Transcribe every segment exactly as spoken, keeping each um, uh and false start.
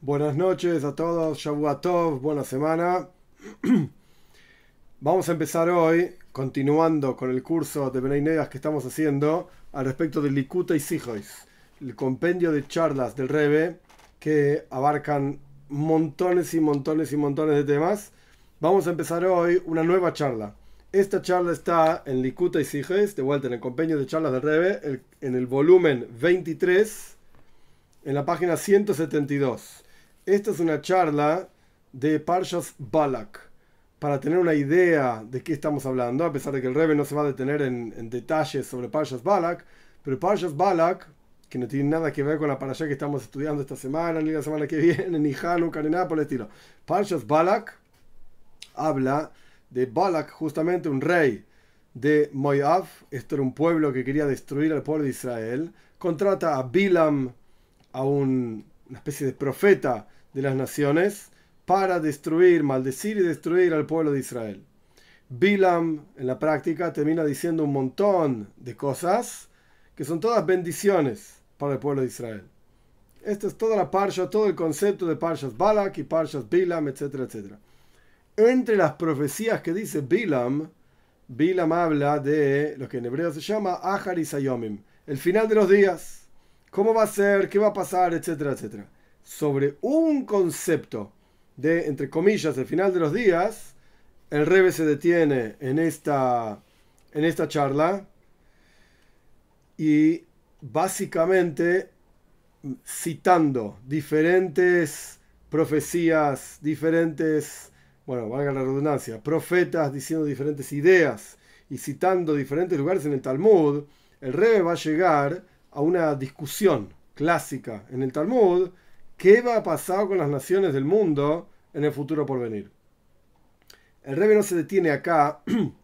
Buenas noches a todos, Shavua Tov, buena semana. Vamos a empezar hoy, continuando con el curso de Bnei Neas que estamos haciendo al respecto de Likutei Sijois, el compendio de charlas del Rebbe que abarcan montones y montones y montones de temas. Vamos a empezar hoy una nueva charla. Esta charla está en Likutei Sijois, de vuelta en el compendio de charlas del Rebbe, el- en el volumen veintitrés, en la página ciento setenta y dos. Esta es una charla de Parshas Balak, para tener una idea de qué estamos hablando, a pesar de que el Rebbe no se va a detener en, en detalles sobre Parshas Balak, pero Parshas Balak, que no tiene nada que ver con la parashá que estamos estudiando esta semana, ni la semana que viene, ni Hanukkah, ni nada por el estilo. Parshas Balak habla de Balak, justamente un rey de Moab. Esto era un pueblo que quería destruir al pueblo de Israel. Contrata a Bilam, a un- una especie de profeta de las naciones, para destruir, maldecir y destruir al pueblo de Israel. Bilam, en la práctica, termina diciendo un montón de cosas que son todas bendiciones para el pueblo de Israel. Esta es toda la parsha, todo el concepto de Parshas Balak y Parshas Bilam, etcétera, etcétera. Entre las profecías que dice Bilam, Bilam habla de lo que en hebreo se llama Ahar y Sayomim, el final de los días, cómo va a ser, qué va a pasar, etcétera, etcétera. Sobre un concepto de, entre comillas, el final de los días, el Rebbe se detiene en esta, en esta charla y básicamente citando diferentes profecías, diferentes, bueno, valga la redundancia, profetas diciendo diferentes ideas y citando diferentes lugares en el Talmud, el Rebbe va a llegar a una discusión clásica en el Talmud: ¿qué va a pasar con las naciones del mundo en el futuro por venir? El Rebbe no se detiene acá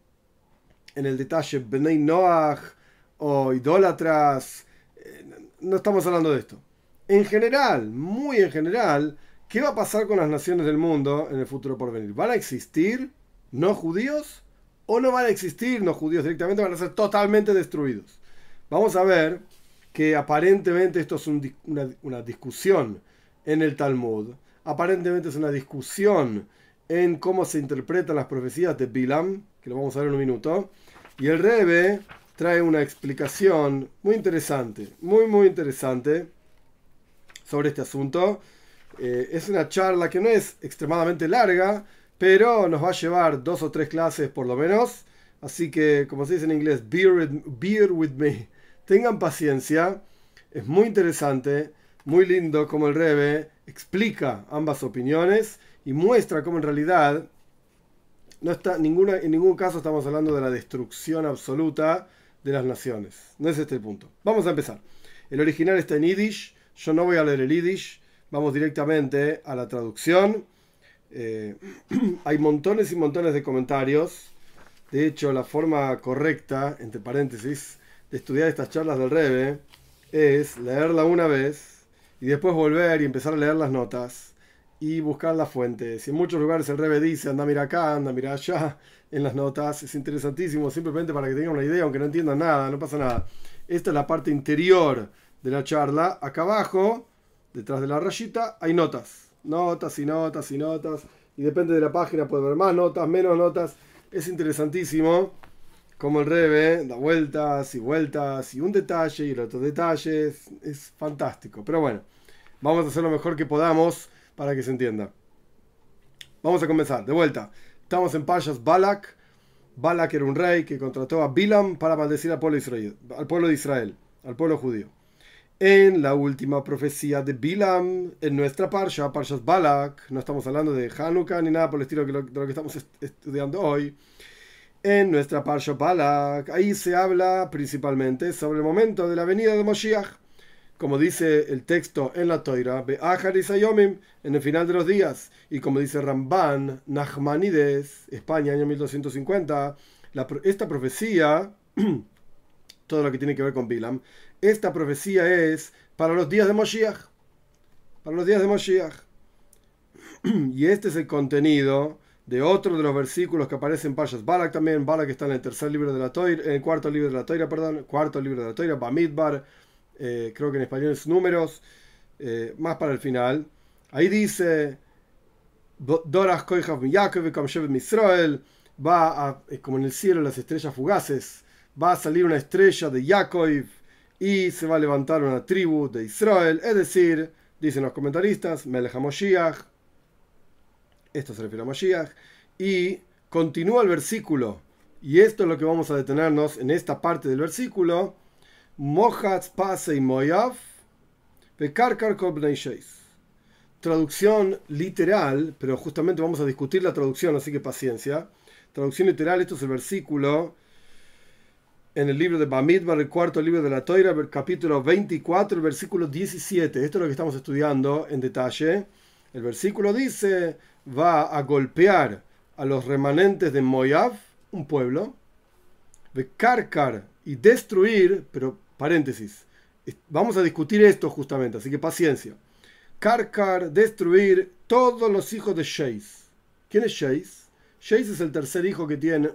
en el detalle Bnei Noach o idólatras. eh, No estamos hablando de esto. En general, muy en general, ¿qué va a pasar con las naciones del mundo en el futuro por venir? ¿Van a existir no judíos o no van a existir no judíos directamente? ¿Van a ser totalmente destruidos? Vamos a ver que aparentemente esto es un di- una, una discusión en el Talmud. Aparentemente es una discusión en cómo se interpretan las profecías de Bilam, que lo vamos a ver en un minuto. Y el Rebbe trae una explicación muy interesante, muy muy interesante sobre este asunto. Eh, es una charla que no es extremadamente larga, pero nos va a llevar dos o tres clases por lo menos. Así que, como se dice en inglés, bear with, bear with me. Tengan paciencia. Es muy interesante, muy lindo como el Rebbe explica ambas opiniones y muestra cómo en realidad no está, ninguna, en ningún caso estamos hablando de la destrucción absoluta de las naciones. No es este el punto. Vamos a empezar. El original está en Yiddish. Yo no voy a leer el Yiddish. Vamos directamente a la traducción. Eh, hay montones y montones de comentarios. De hecho, la forma correcta, entre paréntesis, de estudiar estas charlas del Rebbe es leerla una vez y después volver y empezar a leer las notas y buscar las fuentes. Y en muchos lugares el Rebbe dice: anda, mira acá, anda, mira allá, en las notas. Es interesantísimo, simplemente para que tengan una idea, aunque no entiendan nada, no pasa nada. Esta es la parte interior de la charla. Acá abajo, detrás de la rayita, hay notas. Notas y notas y notas. Y depende de la página, puede haber más notas, menos notas. Es interesantísimo como el Rebbe da vueltas y vueltas y un detalle y el otro detalle. Es, es fantástico. Pero bueno, vamos a hacer lo mejor que podamos para que se entienda. Vamos a comenzar, de vuelta. Estamos en Parshas Balak. Balak era un rey que contrató a Bilam para maldecir al pueblo de Israel, al pueblo de Israel, al pueblo judío. En la última profecía de Bilam, en nuestra Parsha, Parshas Balak, no estamos hablando de Hanukkah ni nada por el estilo de lo que estamos estudiando hoy. En nuestra Parsha Balak, ahí se habla principalmente sobre el momento de la venida de Moshiach. Como dice el texto en la Toira, Be'achar y Sayomim, en el final de los días. Y como dice Ramban, Nachmanides, España, año mil doscientos cincuenta, la, esta profecía, todo lo que tiene que ver con Bilam, esta profecía es para los días de Moshiach. Para los días de Moshiach. Y este es el contenido de otro de los versículos que aparecen en Parshas Balak también. Balak está en el tercer libro de la Toira, en el cuarto libro de la Toira, perdón, cuarto libro de la Toira, Bamidbar. Eh, creo que en español es números, eh, más para el final. Ahí dice, Dorach Koichav Yaakov y Kamshev Israel, va a, como en el cielo las estrellas fugaces, va a salir una estrella de Yaakov y se va a levantar una tribu de Israel, es decir, dicen los comentaristas, Melech HaMoshiach, esto se refiere a Moshiach, y continúa el versículo, y esto es lo que vamos a detenernos en esta parte del versículo, Mochatz Pasei Moav, Bekarkar Kol Bnei Sheis. Traducción literal, pero justamente vamos a discutir la traducción, así que paciencia. Traducción literal, esto es el versículo en el libro de Bamidbar, el cuarto libro de la Toira, capítulo veinticuatro, el versículo diecisiete. Esto es lo que estamos estudiando en detalle. El versículo dice, va a golpear a los remanentes de Moab, un pueblo, de Karkar y destruir, pero paréntesis, vamos a discutir esto justamente, así que paciencia. Karkar, destruir todos los hijos de Sheis. ¿Quién es Sheis? Sheis es el tercer hijo que tiene,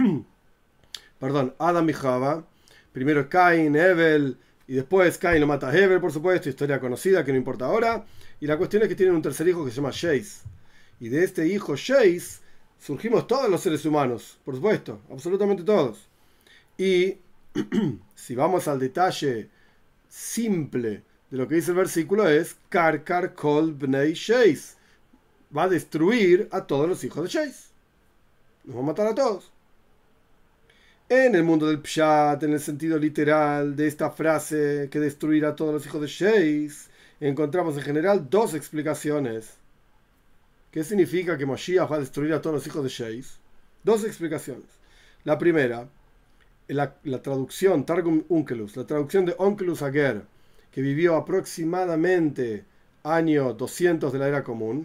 perdón, Adam y Java. Primero Cain, Hebel, y después Cain lo mata a Hebel, por supuesto, historia conocida que no importa ahora. Y la cuestión es que tienen un tercer hijo que se llama Sheis. Y de este hijo Sheis surgimos todos los seres humanos, por supuesto, absolutamente todos. Y si vamos al detalle simple de lo que dice el versículo es Karkar Kol Bnei Sheis. Va a destruir a todos los hijos de Sheis. Nos va a matar a todos. En el mundo del Pshat, en el sentido literal de esta frase, que destruirá a todos los hijos de Sheis, encontramos en general dos explicaciones. ¿Qué significa que Moshiach va a destruir a todos los hijos de Sheis? Dos explicaciones. La primera, la, la traducción, Targum Onkelos, la traducción de Onkelos Ager, que vivió aproximadamente año doscientos de la era común.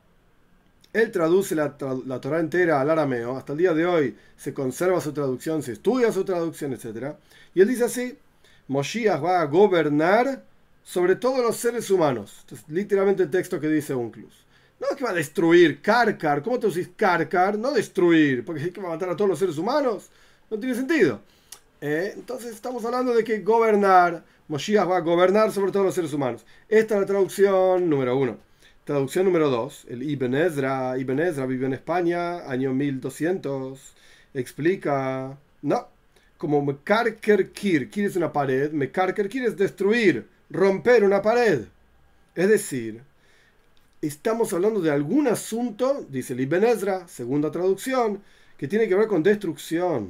Él traduce la, la Torah entera al arameo. Hasta el día de hoy se conserva su traducción, se estudia su traducción, etcétera. Y él dice así, Moshiach va a gobernar sobre todos los seres humanos. Este es literalmente el texto que dice Onkelos. No es que va a destruir, Karkar. ¿Cómo te decís Karkar? No destruir, porque es que va a matar a todos los seres humanos. No tiene sentido. Eh, entonces estamos hablando de que gobernar, Moshiach va a gobernar sobre todos los seres humanos. Esta es la traducción número uno. Traducción número dos. El Ibn Ezra. Ibn Ezra vivió en España, año mil doscientos. Explica, no, como Mekarker Kir. Kir es una pared. Mekarker Kir es destruir, romper una pared. Es decir, estamos hablando de algún asunto, dice el Ibn Ezra, segunda traducción, que tiene que ver con destrucción.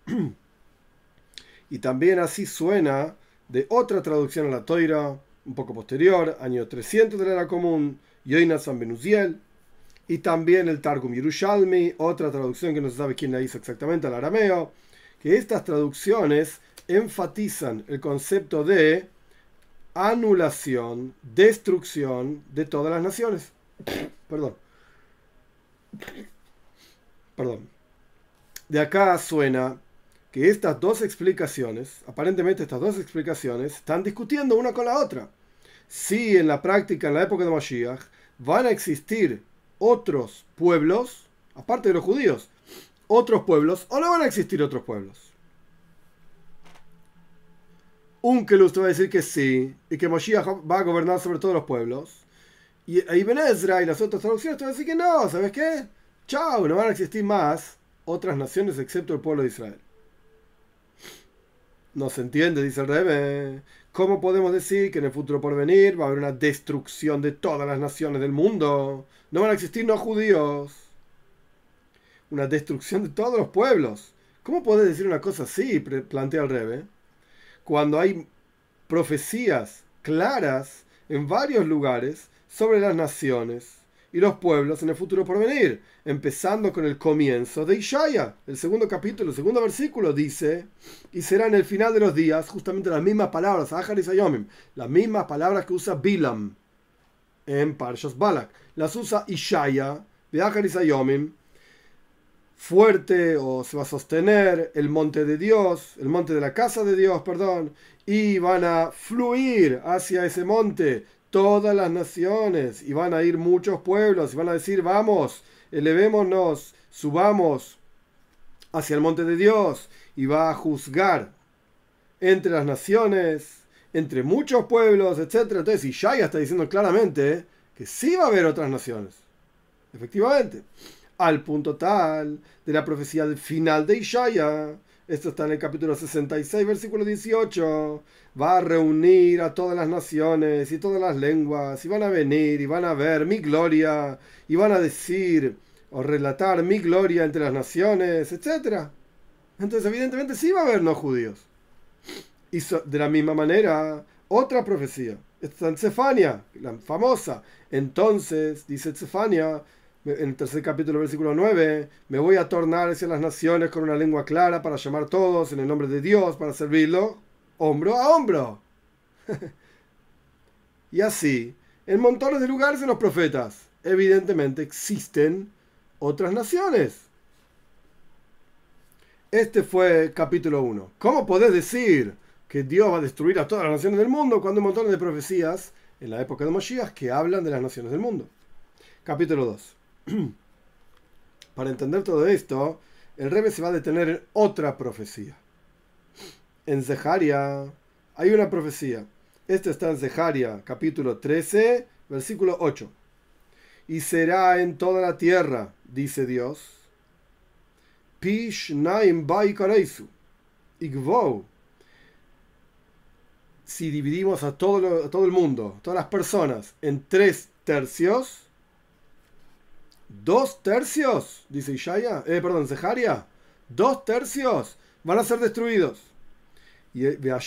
Y también así suena de otra traducción a la Toira, un poco posterior, año trescientos de la era común, Yonasan ben Uziel, y también el Targum Yerushalmi, otra traducción que no se sabe quién la hizo exactamente al arameo, que estas traducciones enfatizan el concepto de anulación, destrucción de todas las naciones. Perdón. Perdón. De acá suena que estas dos explicaciones, aparentemente estas dos explicaciones, están discutiendo una con la otra. Si en la práctica, en la época de Mashiach, van a existir otros pueblos, aparte de los judíos, otros pueblos, o no van a existir otros pueblos. Onkelos te va a decir que sí, y que Mashiach va a gobernar sobre todos los pueblos. Y Ibn Ezra y las otras traducciones te van a decir que no, ¿sabes qué? Chao, no van a existir más otras naciones excepto el pueblo de Israel. No se entiende, dice el Rebbe. ¿Cómo podemos decir que en el futuro por venir va a haber una destrucción de todas las naciones del mundo? No van a existir no judíos. Una destrucción de todos los pueblos. ¿Cómo podés decir una cosa así? Plantea el Rebbe. Cuando hay profecías claras en varios lugares sobre las naciones y los pueblos en el futuro por venir, empezando con el comienzo de Ishaya, el segundo capítulo, el segundo versículo dice, y será en el final de los días justamente las mismas palabras, Ahar y Sayomim, las mismas palabras que usa Bilam en Parshas Balak, las usa Ishaya de Ahar y Sayomim, fuerte o se va a sostener el monte de Dios, el monte de la casa de Dios, perdón, y van a fluir hacia ese monte todas las naciones, y van a ir muchos pueblos, y van a decir, vamos, elevémonos, subamos hacia el monte de Dios, y va a juzgar entre las naciones, entre muchos pueblos, etcétera. Entonces Ishaya está diciendo claramente que sí va a haber otras naciones. Efectivamente. Al punto tal de la profecía del final de Ishaya. Esto está en el capítulo sesenta y seis, versículo dieciocho. Va a reunir a todas las naciones y todas las lenguas, y van a venir y van a ver mi gloria, y van a decir o relatar mi gloria entre las naciones, etcétera. Entonces, evidentemente, sí va a haber no judíos. Y so, de la misma manera, otra profecía. Esta está en Sefania, la famosa. Entonces, dice Sefania, en el tercer capítulo, versículo nueve, me voy a tornar hacia las naciones con una lengua clara para llamar todos en el nombre de Dios, para servirlo hombro a hombro. Y así, en montones de lugares en los profetas, evidentemente existen otras naciones. Este fue capítulo uno. ¿Cómo podés decir que Dios va a destruir a todas las naciones del mundo cuando hay montones de profecías en la época de Moshiach que hablan de las naciones del mundo? Capítulo dos. Para entender todo esto, el Rebbe se va a detener en otra profecía. En Zeharia hay una profecía. Esto está en Zeharia, capítulo trece, versículo ocho. Y será en toda la tierra, dice Dios, Pish naim bai kareisu, igvou. Si dividimos a todo, lo, a todo el mundo, todas las personas, en tres tercios, dos tercios, dice Ishaya, eh, perdón, Zeharia, dos tercios van a ser destruidos. Y,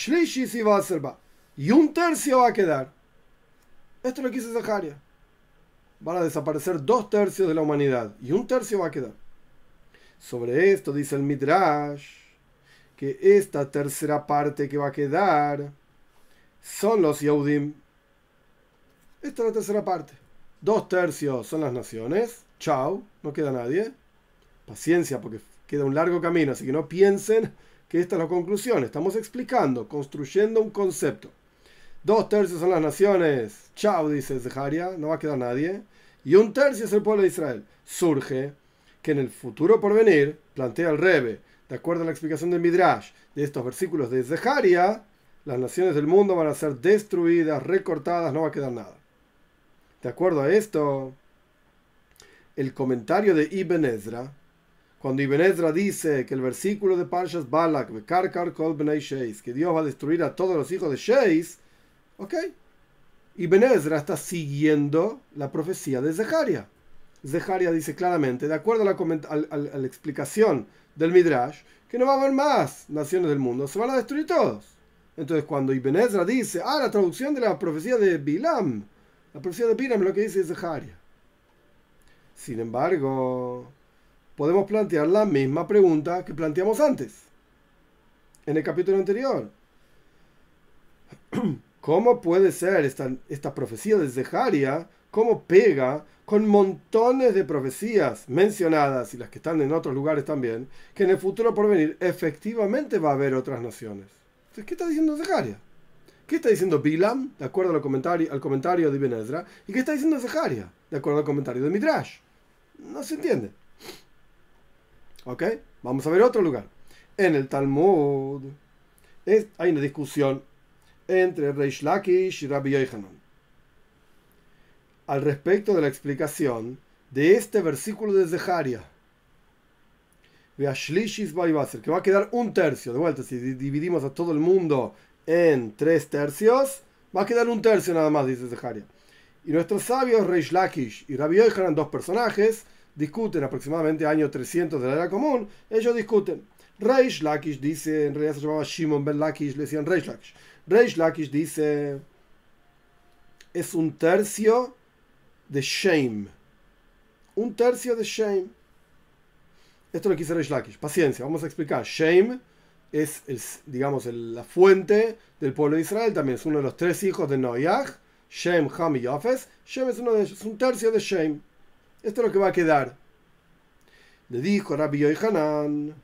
y un tercio va a quedar. Esto es lo que dice Zeharia. Van a desaparecer dos tercios de la humanidad y un tercio va a quedar. Sobre esto dice el Midrash que esta tercera parte que va a quedar son los Yehudim. Esta es la tercera parte. Dos tercios son las naciones. Chao, no queda nadie. Paciencia, porque queda un largo camino, así que no piensen que esta es la conclusión. Estamos explicando, construyendo un concepto. Dos tercios son las naciones. Chao, dice Zeharia, no va a quedar nadie. Y un tercio es el pueblo de Israel. Surge que en el futuro por venir, plantea el Rebbe, de acuerdo a la explicación del Midrash, de estos versículos de Zeharia, las naciones del mundo van a ser destruidas, recortadas, no va a quedar nada. De acuerdo a esto, el comentario de Ibn Ezra, cuando Ibn Ezra dice que el versículo de Parshas Balak, que Dios va a destruir a todos los hijos de Sheis, ok, Ibn Ezra está siguiendo la profecía de Zeharia. Zeharia dice claramente, de acuerdo a la, a, a, a la explicación del Midrash, que no va a haber más naciones del mundo, se van a destruir todos. Entonces cuando Ibn Ezra dice, ah, la traducción de la profecía de Bilam, la profecía de Bilam es lo que dice Zeharia. Sin embargo, podemos plantear la misma pregunta que planteamos antes, en el capítulo anterior. ¿Cómo puede ser esta, esta profecía de Zeharia, cómo pega con montones de profecías mencionadas y las que están en otros lugares también, que en el futuro por venir efectivamente va a haber otras naciones? Entonces, ¿qué está diciendo Zeharia? ¿Qué está diciendo Bilam, de acuerdo al comentario, al comentario de Ibn Ezra? ¿Y qué está diciendo Zeharia, de acuerdo al comentario de Midrash? No se entiende. ¿Ok? Vamos a ver otro lugar. En el Talmud es, hay una discusión entre Reish Lakish y Rabbi Yochanan al respecto de la explicación de este versículo de Zeharia, que va a quedar un tercio. De vuelta, si dividimos a todo el mundo en tres tercios, va a quedar un tercio nada más, dice Zeharia. Y nuestros sabios, Reish Lakish y Rabbi Yochanan, dos personajes, discuten aproximadamente año trescientos de la era común. Ellos discuten. Reish Lakish dice, en realidad se llamaba Shimon ben Lakish, le decían Reish Lakish. Reish Lakish dice, es un tercio de Shem. Un tercio de Shem. Esto lo quiso Reish Lakish. Paciencia, vamos a explicar. Shem es, el, digamos, el, la fuente del pueblo de Israel. También es uno de los tres hijos de Noach. Shem, Ham y Yafes. Shem es uno de ellos, un tercio de Shem. Esto es lo que va a quedar. Le dijo Rabbi Yochanan,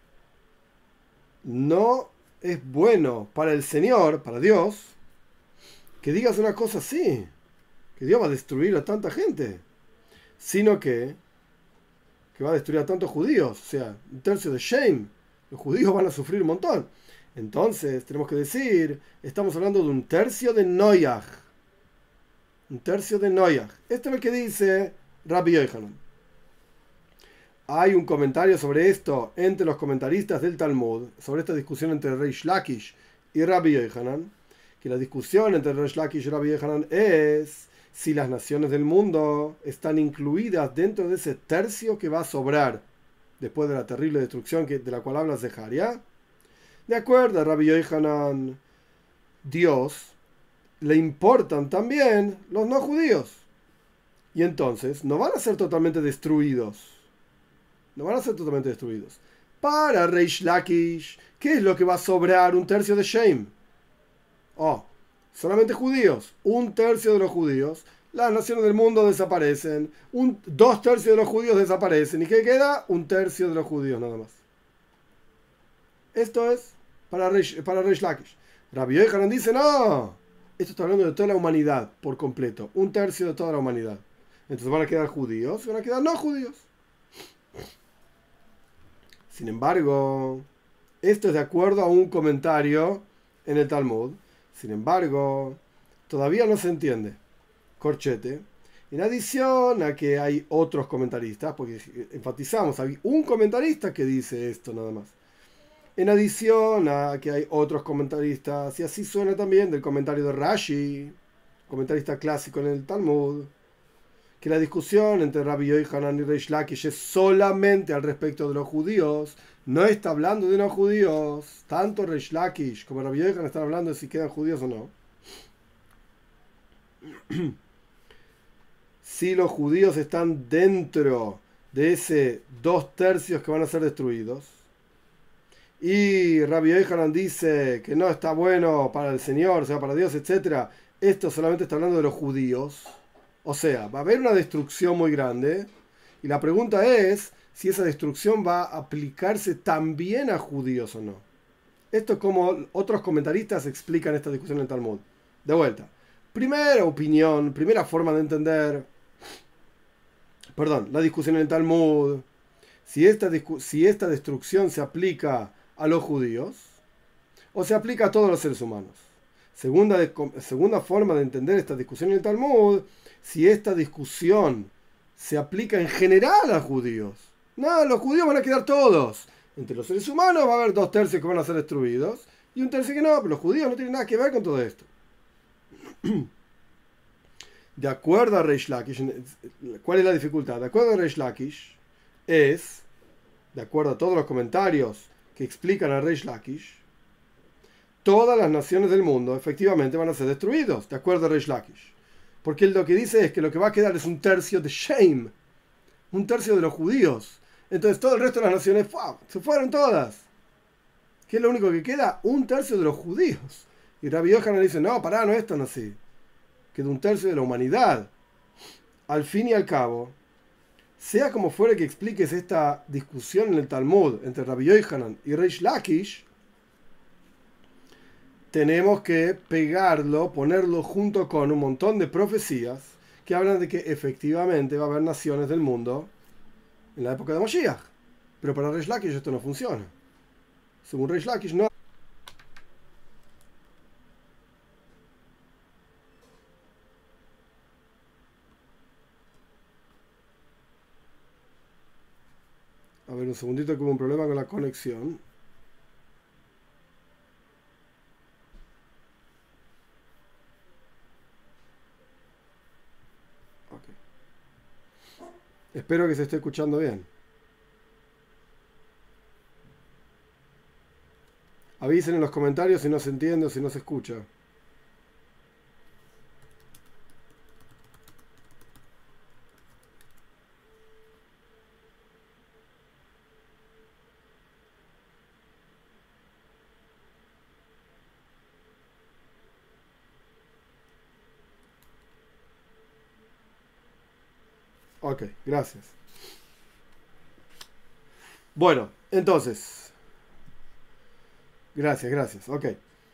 no es bueno para el Señor, para Dios, que digas una cosa así, que Dios va a destruir a tanta gente, sino que, que va a destruir a tantos judíos, o sea, un tercio de Shem. Los judíos van a sufrir un montón. Entonces, tenemos que decir, estamos hablando de un tercio de Noach. Un tercio de Noyaj. Esto es lo que dice Rabbi Yochanan. Hay un comentario sobre esto entre los comentaristas del Talmud, sobre esta discusión entre Reish Lakish y Rabbi Yochanan, que la discusión entre Reish Lakish y Rabbi Yochanan es si las naciones del mundo están incluidas dentro de ese tercio que va a sobrar después de la terrible destrucción que, de la cual habla Zeharia. De acuerdo a Rabbi Yochanan, Dios le importan también los no judíos. Y entonces no van a ser totalmente destruidos. No van a ser totalmente destruidos. Para Reish Lakish, ¿qué es lo que va a sobrar? Un tercio de Shem. Oh, solamente judíos. Un tercio de los judíos. Las naciones del mundo desaparecen. Un, dos tercios de los judíos desaparecen. ¿Y qué queda? Un tercio de los judíos nada más. Esto es para Reish, para Reish Lakish. Rabbi Yochanan dice, no. Esto está hablando de toda la humanidad por completo. Un tercio de toda la humanidad. Entonces van a quedar judíos y van a quedar no judíos. Sin embargo, esto es de acuerdo a un comentario en el Talmud. Sin embargo, todavía no se entiende. Corchete. En adición a que hay otros comentaristas, porque enfatizamos, hay un comentarista que dice esto nada más. En adición a que hay otros comentaristas, y así suena también del comentario de Rashi, comentarista clásico en el Talmud, que la discusión entre Rabbi Yochanan y Reish Lakish es solamente al respecto de los judíos, no está hablando de no judíos. Tanto Reish Lakish como Rabbi Yochanan están hablando de si quedan judíos o no. Si los judíos están dentro de ese dos tercios que van a ser destruidos, y Rabbi Yochanan dice que no está bueno para el Señor, o sea, para Dios, etcétera, esto solamente está hablando de los judíos. O sea, va a haber una destrucción muy grande y la pregunta es si esa destrucción va a aplicarse también a judíos o no. Esto es como otros comentaristas explican esta discusión en el Talmud. De vuelta, primera opinión, primera forma de entender, perdón, la discusión en el Talmud, si esta, si esta destrucción se aplica a los judíos o se aplica a todos los seres humanos. Segunda, de, segunda forma de entender esta discusión en el Talmud, si esta discusión se aplica en general a judíos. No, los judíos van a quedar todos. Entre los seres humanos va a haber dos tercios que van a ser destruidos y un tercio que no, pero los judíos no tienen nada que ver con todo esto. De acuerdo a Reish Lakish, ¿cuál es la dificultad? De acuerdo a Reish Lakish, es, de acuerdo a todos los comentarios que explican a Reish Lakish, todas las naciones del mundo efectivamente van a ser destruidos, de acuerdo a Reish Lakish. Porque él lo que dice es que lo que va a quedar es un tercio de Shem, un tercio de los judíos. Entonces todo el resto de las naciones ¡fua! Se fueron todas. ¿Qué es lo único que queda? Un tercio de los judíos. Y Rabbi Yochanan dice, no, pará, no es tan así. Queda un tercio de la humanidad. Al fin y al cabo, sea como fuere que expliques esta discusión en el Talmud entre Rabbi Yochanan y Reish Lakish, tenemos que pegarlo, ponerlo junto con un montón de profecías que hablan de que efectivamente va a haber naciones del mundo en la época de Moshiach. Pero para Reish Lakish esto no funciona. Según Reish Lakish no. A ver, un segundito que hubo un problema con la conexión. Espero que se esté escuchando bien. Avisen en los comentarios si no se entiende o si no se escucha. Ok, gracias. Bueno, entonces. Gracias, gracias. Ok.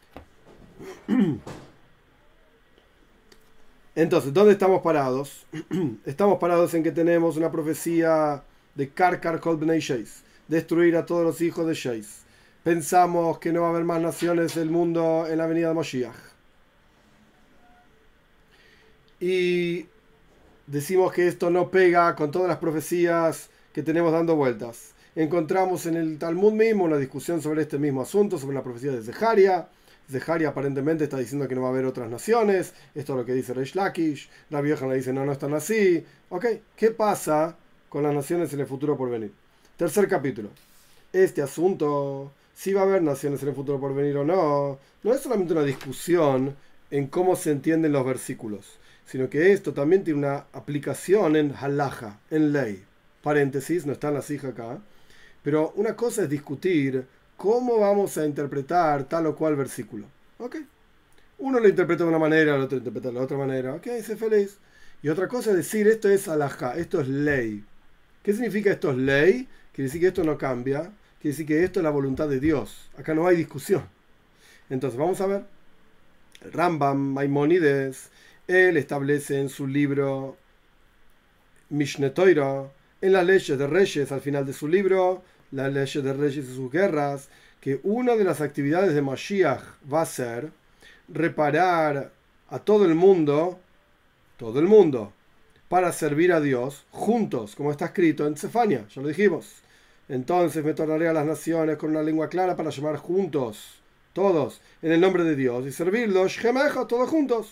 Entonces, ¿dónde estamos parados? Estamos parados en que tenemos una profecía de Karkar Kol Bnei Sheis, destruir a todos los hijos de Sheis. Pensamos que no va a haber más naciones del mundo en la venida de Moshiach. y decimos que esto no pega con todas las profecías que tenemos dando vueltas. Encontramos en el Talmud mismo una discusión sobre este mismo asunto, sobre la profecía de Zeharia. Zeharia aparentemente está diciendo que no va a haber otras naciones. Esto es lo que dice Reish Lakish. La vieja le dice, no, no están así. Ok, ¿qué pasa con las naciones en el futuro por venir? Tercer capítulo. Este asunto, si va a haber naciones en el futuro por venir o no, no es solamente una discusión en cómo se entienden los versículos, sino que esto también tiene una aplicación en halaja, en ley. Paréntesis, no están las hijas acá. Pero una cosa es discutir cómo vamos a interpretar tal o cual versículo. ¿Ok? Uno lo interpreta de una manera, el otro lo interpreta de la otra manera. Ok, sé feliz. Y otra cosa es decir, esto es halajá, esto es ley. ¿Qué significa esto es ley? Quiere decir que esto no cambia. Quiere decir que esto es la voluntad de Dios. Acá no hay discusión. Entonces, vamos a ver. El Rambam, Maimónides, él establece en su libro Mishneh Torah, en las leyes de Reyes, al final de su libro, las leyes de Reyes y sus guerras, que una de las actividades de Mashiach va a ser reparar a todo el mundo, todo el mundo, para servir a Dios juntos, como está escrito en Sefania, ya lo dijimos. Entonces me tornaré a las naciones con una lengua clara para llamar juntos, todos, en el nombre de Dios, y servirlos, Shemeja, todos juntos.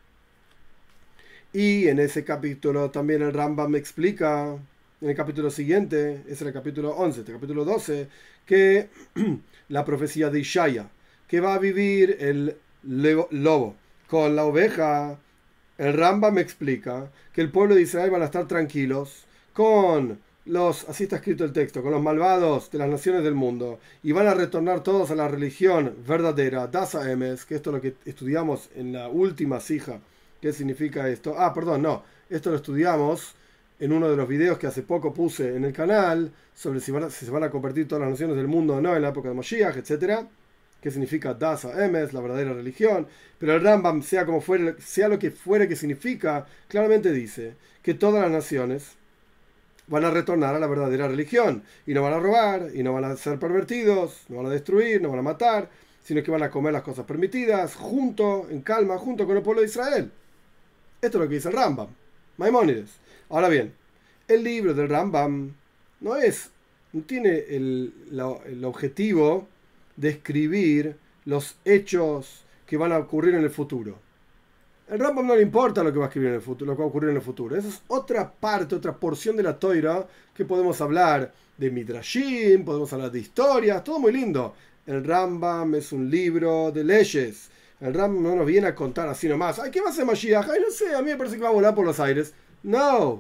Y en ese capítulo también el Rambam me explica, en el capítulo siguiente, es el capítulo once, este capítulo doce, que la profecía de Ishaya, que va a vivir el lobo con la oveja, el Rambam me explica que el pueblo de Israel van a estar tranquilos con los, así está escrito el texto, con los malvados de las naciones del mundo, y van a retornar todos a la religión verdadera, Das Emes, que esto es lo que estudiamos en la última sija. ¿Qué significa esto? Ah, perdón, no. Esto lo estudiamos en uno de los videos que hace poco puse en el canal sobre si, van a, si se van a convertir todas las naciones del mundo o no en la época de Mashiach, etcétera. ¿Qué significa Das Emes, la verdadera religión? Pero el Rambam, sea como fuere, sea lo que fuere que significa, claramente dice que todas las naciones van a retornar a la verdadera religión y no van a robar, y no van a ser pervertidos, no van a destruir, no van a matar, sino que van a comer las cosas permitidas junto, en calma, junto con el pueblo de Israel. Esto es lo que dice el Rambam, Maimónides. Ahora bien, el libro del Rambam no es, no tiene el, la, el objetivo de escribir los hechos que van a ocurrir en el futuro. El Rambam no le importa lo que va a escribir en el futuro, lo que va a ocurrir en el futuro. Esa es otra parte, otra porción de la Toira que podemos hablar de Midrashim, podemos hablar de historias, todo muy lindo. El Rambam es un libro de leyes. El Rambam no nos viene a contar así nomás. Ay, ¿qué va a hacer Mashiach? Ay, no sé, a mí me parece que va a volar por los aires. No.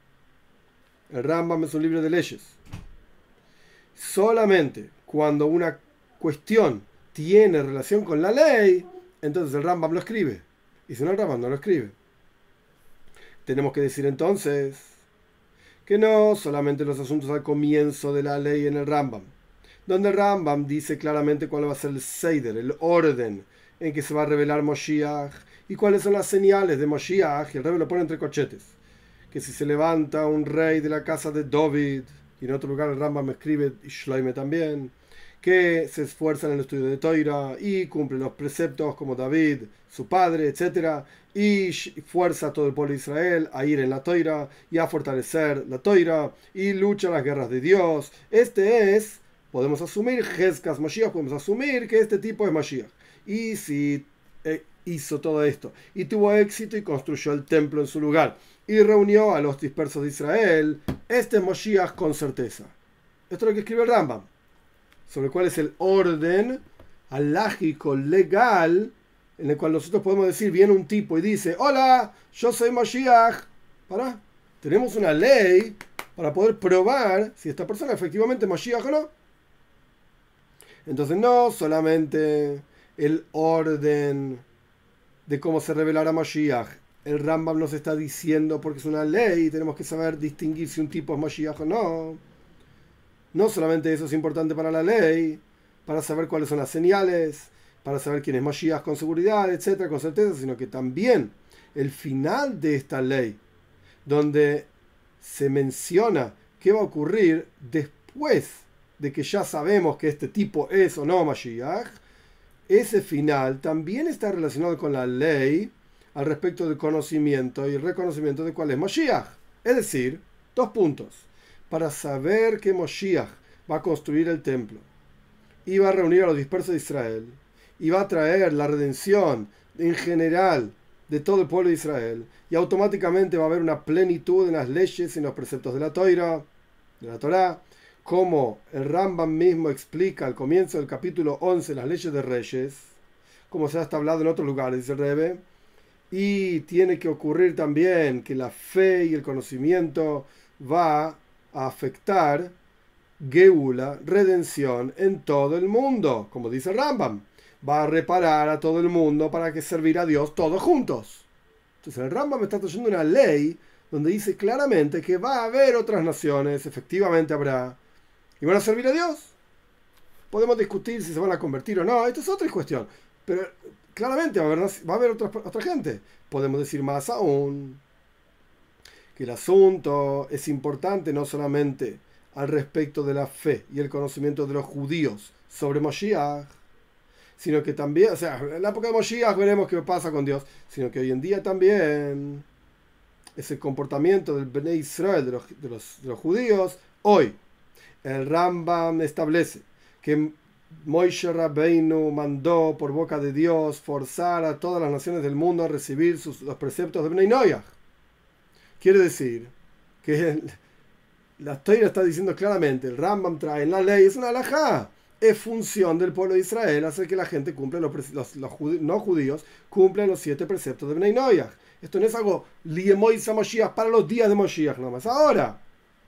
El Rambam es un libro de leyes. Solamente cuando una cuestión tiene relación con la ley, entonces el Rambam lo escribe. Y si no, el Rambam no lo escribe. Tenemos que decir entonces que no solamente los asuntos al comienzo de la ley en el Rambam, donde el Rambam dice claramente cuál va a ser el Seider, el orden en que se va a revelar Moshiach y cuáles son las señales de Moshiach, y el Rebbe lo pone entre corchetes. Que si se levanta un rey de la casa de David, y en otro lugar el Rambam escribe, y Shloime también, que se esfuerza en el estudio de Toira y cumple los preceptos como David, su padre, etcétera, y fuerza a todo el pueblo de Israel a ir en la Toira y a fortalecer la Toira y lucha las guerras de Dios. Este es, podemos asumir, Hezkas Mashiach, podemos asumir que este tipo es Mashiach. Y si eh, hizo todo esto y tuvo éxito y construyó el templo en su lugar y reunió a los dispersos de Israel, este es Mashiach con certeza. Esto es lo que escribe el Rambam, sobre cuál es el orden halágico, legal, en el cual nosotros podemos decir, viene un tipo y dice, hola, yo soy Mashiach. ¿Para? Tenemos una ley para poder probar si esta persona efectivamente es Mashiach o no. Entonces no solamente el orden de cómo se revelará Mashiach. El Rambam nos está diciendo, porque es una ley, tenemos que saber distinguir si un tipo es Mashiach o no. No solamente eso es importante para la ley, para saber cuáles son las señales, para saber quién es Mashiach con seguridad, etcétera, con certeza, sino que también el final de esta ley, donde se menciona qué va a ocurrir después de que ya sabemos que este tipo es o no Mashiach, ese final también está relacionado con la ley al respecto del conocimiento y el reconocimiento de cuál es Moshiach. Es decir, dos puntos. Para saber que Moshiach va a construir el templo y va a reunir a los dispersos de Israel y va a traer la redención en general de todo el pueblo de Israel, y automáticamente va a haber una plenitud en las leyes y en los preceptos de la Torá, de la Torá, como el Rambam mismo explica al comienzo del capítulo once, las leyes de Reyes, como se ha hablado en otros lugares, dice el Rebbe, y tiene que ocurrir también que la fe y el conocimiento va a afectar Geula, redención en todo el mundo, como dice el Rambam. Va a reparar a todo el mundo para que servir a Dios todos juntos. Entonces el Rambam está trayendo una ley donde dice claramente que va a haber otras naciones, efectivamente habrá, y van a servir a Dios. Podemos discutir si se van a convertir o no, esto es otra cuestión, pero claramente va a haber, va a haber otra, otra gente. Podemos decir más aún que el asunto es importante no solamente al respecto de la fe y el conocimiento de los judíos sobre Moshiach, sino que también, o sea, en la época de Moshiach veremos qué pasa con Dios, sino que hoy en día también ese comportamiento del Bnei Israel, de los, de los, de los judíos, hoy el Rambam establece que Moshe Rabbeinu mandó por boca de Dios forzar a todas las naciones del mundo a recibir sus, los preceptos de Bnei Noach. Quiere decir que el, la Torá está diciendo claramente, el Rambam trae en la ley, es una halajá, es función del pueblo de Israel hacer que la gente cumpla, los, los, los judíos, no judíos, cumplan los siete preceptos de Bnei Noach. Esto no es algo Liemoisa Moshiach para los días de Moshiach, nomás ahora.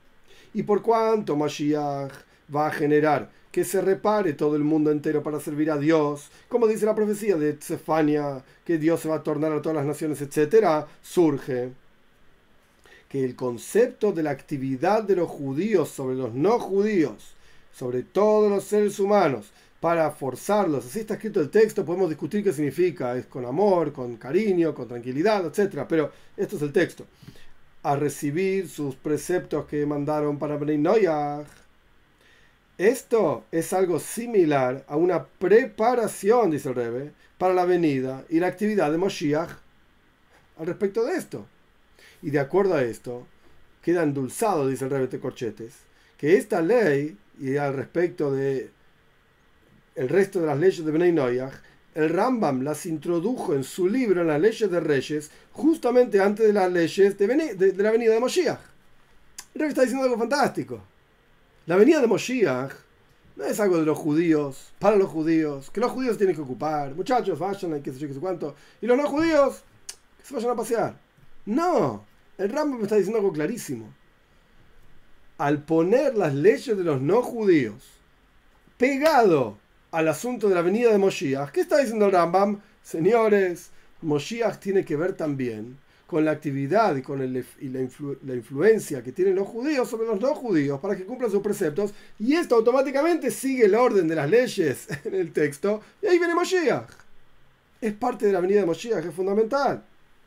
Y por cuanto Moshiach va a generar que se repare todo el mundo entero para servir a Dios, como dice la profecía de Zefania, que Dios se va a tornar a todas las naciones, etcétera, surge que el concepto de la actividad de los judíos sobre los no judíos, sobre todos los seres humanos, para forzarlos, así está escrito el texto, podemos discutir qué significa, es con amor, con cariño, con tranquilidad, etcétera, pero esto es el texto, a recibir sus preceptos que mandaron para Bnei Noach. Esto es algo similar a una preparación, dice el Rebbe, para la venida y la actividad de Moshiach al respecto de esto. Y de acuerdo a esto, queda endulzado, dice el Rebbe de Corchetes, que esta ley, y al respecto de el resto de las leyes de Bnei Noach, el Rambam las introdujo en su libro, en las leyes de Reyes, justamente antes de las leyes de, de, de la venida de Moshiach. El Rebbe está diciendo algo fantástico. La venida de Moshiach no es algo de los judíos, para los judíos, que los judíos tienen que ocupar. Muchachos, vayan, qué sé yo, qué sé cuánto. Y los no judíos, que se vayan a pasear. No, el Rambam está diciendo algo clarísimo. Al poner las leyes de los no judíos pegado al asunto de la venida de Moshiach, ¿qué está diciendo el Rambam? Señores, Moshiach tiene que ver también con la actividad y con el, y la, influ, la influencia que tienen los judíos sobre los no judíos para que cumplan sus preceptos, y esto automáticamente sigue el orden de las leyes en el texto, y ahí viene Moshiach. Es parte de la venida de Moshiach, es fundamental.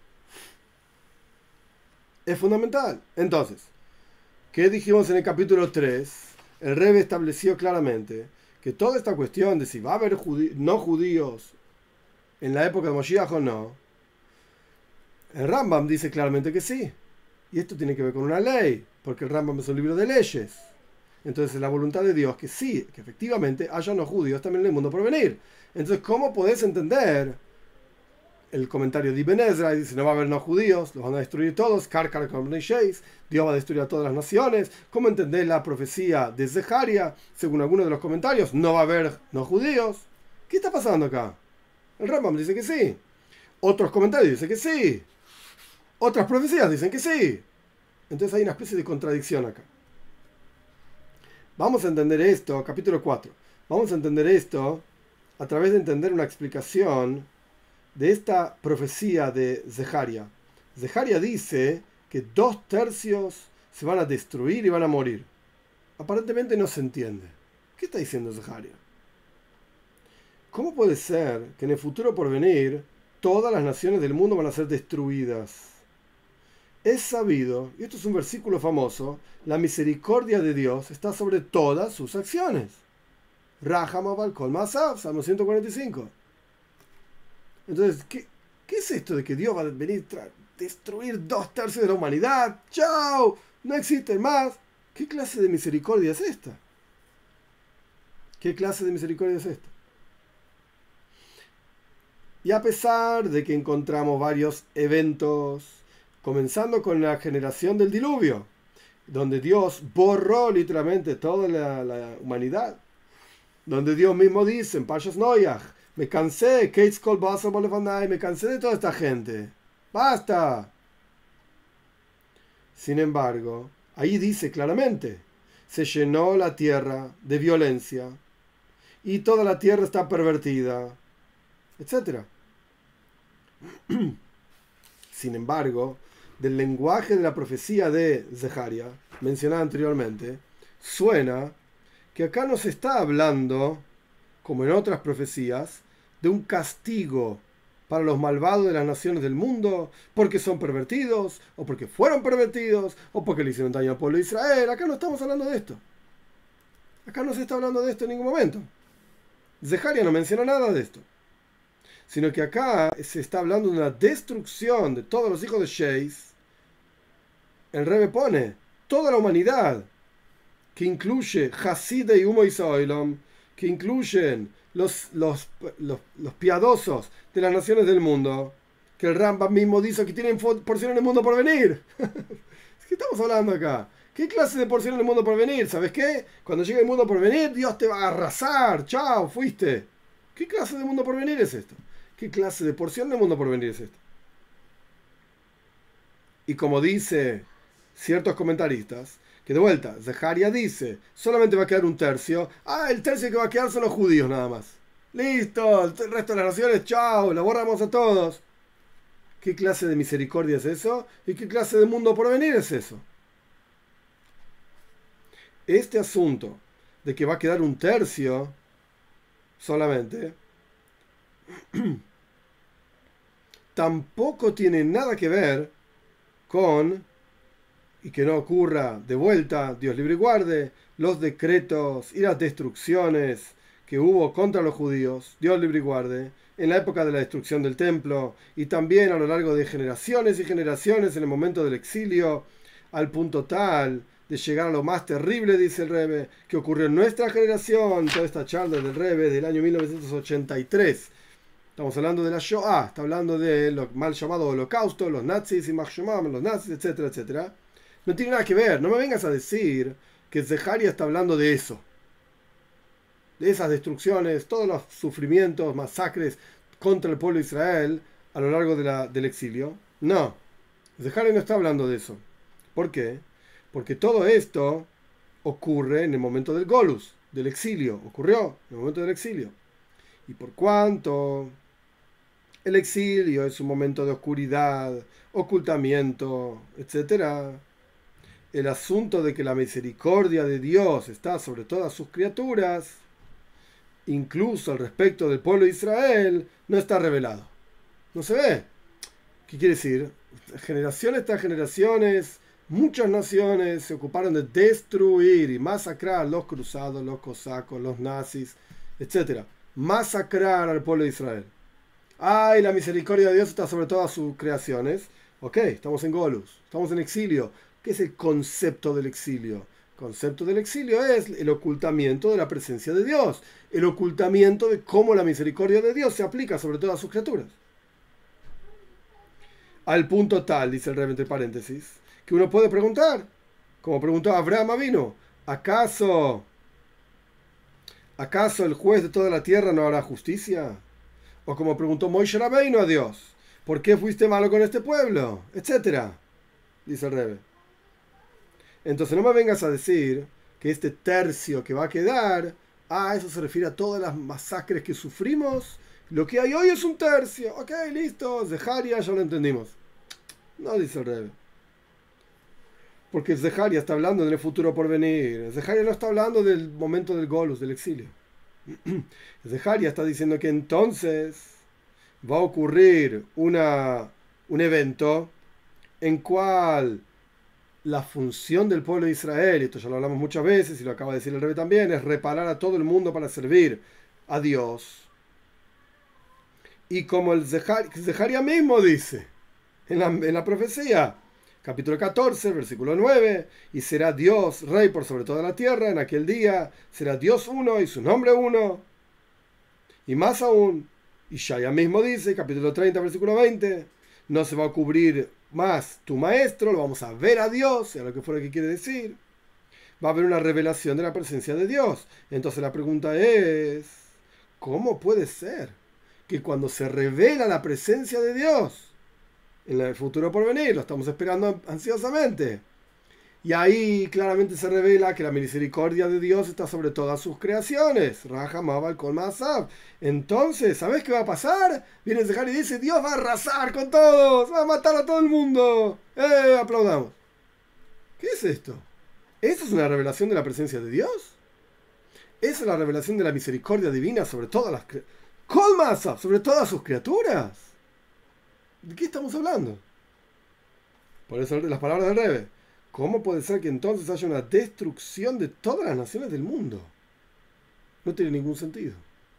Es fundamental. Entonces, ¿qué dijimos en el capítulo tres? El Rebbe estableció claramente que toda esta cuestión de si va a haber judí- no judíos en la época de Moshiach o no, el Rambam dice claramente que sí. Y esto tiene que ver con una ley, porque el Rambam es un libro de leyes. Entonces es la voluntad de Dios que sí, que efectivamente haya no judíos también en el mundo por venir. Entonces, ¿cómo podés entender el comentario de Ibn Ezra? Dice, no va a haber no judíos, los van a destruir todos, Karkar con Sheis, Dios va a destruir a todas las naciones. ¿Cómo entender la profecía de Zeharia? Según algunos de los comentarios, no va a haber no judíos. ¿Qué está pasando acá? El Rambam dice que sí. Otros comentarios dicen que sí. Otras profecías dicen que sí. Entonces hay una especie de contradicción acá. Vamos a entender esto, capítulo cuatro. Vamos a entender esto a través de entender una explicación de esta profecía de Zeharia. Zeharia dice que dos tercios se van a destruir y van a morir. Aparentemente no se entiende. ¿Qué está diciendo Zeharia? ¿Cómo puede ser que en el futuro por venir todas las naciones del mundo van a ser destruidas? Es sabido, y esto es un versículo famoso, la misericordia de Dios está sobre todas sus acciones. Raham Abal Kol Ma'asav, Salmo ciento cuarenta y cinco. Entonces, ¿qué, ¿Qué es esto de que Dios va a venir a destruir dos tercios de la humanidad? ¡Chao! No existen más. ¿Qué clase de misericordia es esta? ¿Qué clase de misericordia es esta? Y a pesar de que encontramos varios eventos, comenzando con la generación del diluvio, donde Dios borró literalmente toda la, la humanidad, donde Dios mismo dice en Parshas Noach, me cansé, me cansé de toda esta gente, basta. Sin embargo, ahí dice claramente, se llenó la tierra de violencia y toda la tierra está pervertida, etcétera. Sin embargo, del lenguaje de la profecía de Zeharia, mencionada anteriormente, suena que acá no se está hablando, como en otras profecías, de un castigo para los malvados de las naciones del mundo, porque son pervertidos, o porque fueron pervertidos, o porque le hicieron daño al pueblo de Israel. Acá no estamos hablando de esto. Acá no se está hablando de esto en ningún momento. Zeharia no menciona nada de esto. Sino que acá se está hablando de una destrucción de todos los hijos de Sheis. El Rebbe pone toda la humanidad, que incluye Hasidei y Umo Isoilom, que incluyen los, los, los, los piadosos de las naciones del mundo, que el Rambam mismo dice que tienen porción en el mundo por venir. ¿Qué estamos hablando acá? ¿Qué clase de porción en el mundo por venir? ¿Sabes qué? Cuando llegue el mundo por venir, Dios te va a arrasar. Chao, fuiste. ¿Qué clase de mundo por venir es esto? ¿Qué clase de porción del mundo por venir es esto? Y como dice ciertos comentaristas, que de vuelta, Zeharia dice, solamente va a quedar un tercio. Ah, el tercio que va a quedar son los judíos nada más. Listo, el resto de las naciones, chao, la borramos a todos. ¿Qué clase de misericordia es eso? ¿Y qué clase de mundo por venir es eso? Este asunto de que va a quedar un tercio solamente tampoco tiene nada que ver con, y que no ocurra de vuelta, Dios libre y guarde, los decretos y las destrucciones que hubo contra los judíos, Dios libre y guarde, en la época de la destrucción del templo y también a lo largo de generaciones y generaciones en el momento del exilio, al punto tal de llegar a lo más terrible, dice el Rebbe, que ocurrió en nuestra generación, toda esta charla del Rebbe del año mil novecientos ochenta y tres. Estamos hablando de la Shoah, está hablando de lo mal llamado holocausto, los nazis y Machshomam, los nazis, etcétera, etcétera. No tiene nada que ver, no me vengas a decir que Zeharia está hablando de eso, de esas destrucciones, todos los sufrimientos, masacres contra el pueblo de Israel a lo largo de la, del exilio. No, Zeharia no está hablando de eso. ¿Por qué? Porque todo esto ocurre en el momento del Golus, del exilio, ocurrió en el momento del exilio. Y por cuanto el exilio es un momento de oscuridad, ocultamiento, etcétera, el asunto de que la misericordia de Dios está sobre todas sus criaturas, incluso al respecto del pueblo de Israel, no está revelado. No se ve. ¿Qué quiere decir? Generaciones tras generaciones, muchas naciones se ocuparon de destruir y masacrar los cruzados, los cosacos, los nazis, etcétera. Masacrar al pueblo de Israel. Ay, la misericordia de Dios está sobre todas sus creaciones. Ok, estamos en Golus, estamos en exilio. ¿Qué es el concepto del exilio? El concepto del exilio es el ocultamiento de la presencia de Dios, el ocultamiento de cómo la misericordia de Dios se aplica sobre todas sus criaturas. Al punto tal, dice el Rebbe entre paréntesis, que uno puede preguntar, como preguntó Abraham Avino, ¿acaso, ¿acaso el juez de toda la tierra no hará justicia? O como preguntó Moshe Rabbeinu a Dios, ¿por qué fuiste malo con este pueblo? Etcétera, dice el Rebbe. Entonces no me vengas a decir que este tercio que va a quedar, ah, eso se refiere a todas las masacres que sufrimos. Lo que hay hoy es un tercio. Ok, listo, Zeharia, ya lo entendimos. No, dice el Rebbe. Porque Zeharia está hablando del futuro por venir. Zeharia no está hablando del momento del Golus, del exilio. Zeharia está diciendo que entonces va a ocurrir una, un evento en cual la función del pueblo de Israel, y esto ya lo hablamos muchas veces y lo acaba de decir el Rebbe también, es reparar a todo el mundo para servir a Dios. Y como el Zeharia mismo dice en la, en la profecía, capítulo catorce, versículo nueve, y será Dios rey por sobre toda la tierra en aquel día, será Dios uno y su nombre uno. Y más aún, Ishaya mismo dice, capítulo treinta, versículo veinte, no se va a cubrir más tu maestro, lo vamos a ver a Dios, a lo que fuera que quiere decir. Va a haber una revelación de la presencia de Dios. Entonces la pregunta es, ¿cómo puede ser que cuando se revela la presencia de Dios en el futuro por venir, lo estamos esperando ansiosamente, y ahí claramente se revela que la misericordia de Dios está sobre todas sus creaciones, Raja, Mabal, Kol, Maasav? Entonces, ¿sabes qué va a pasar? Viene Zehar y dice, Dios va a arrasar con todos, va a matar a todo el mundo. ¡Eh! Aplaudamos. ¿Qué es esto? ¿Eso es una revelación de la presencia de Dios? ¿Esa es la revelación de la misericordia divina sobre todas las criaturas? Kol Maasav, sobre todas sus criaturas. ¿De qué estamos hablando? Por eso las palabras del Rebbe. ¿Cómo puede ser que entonces haya una destrucción de todas las naciones del mundo? No tiene ningún sentido.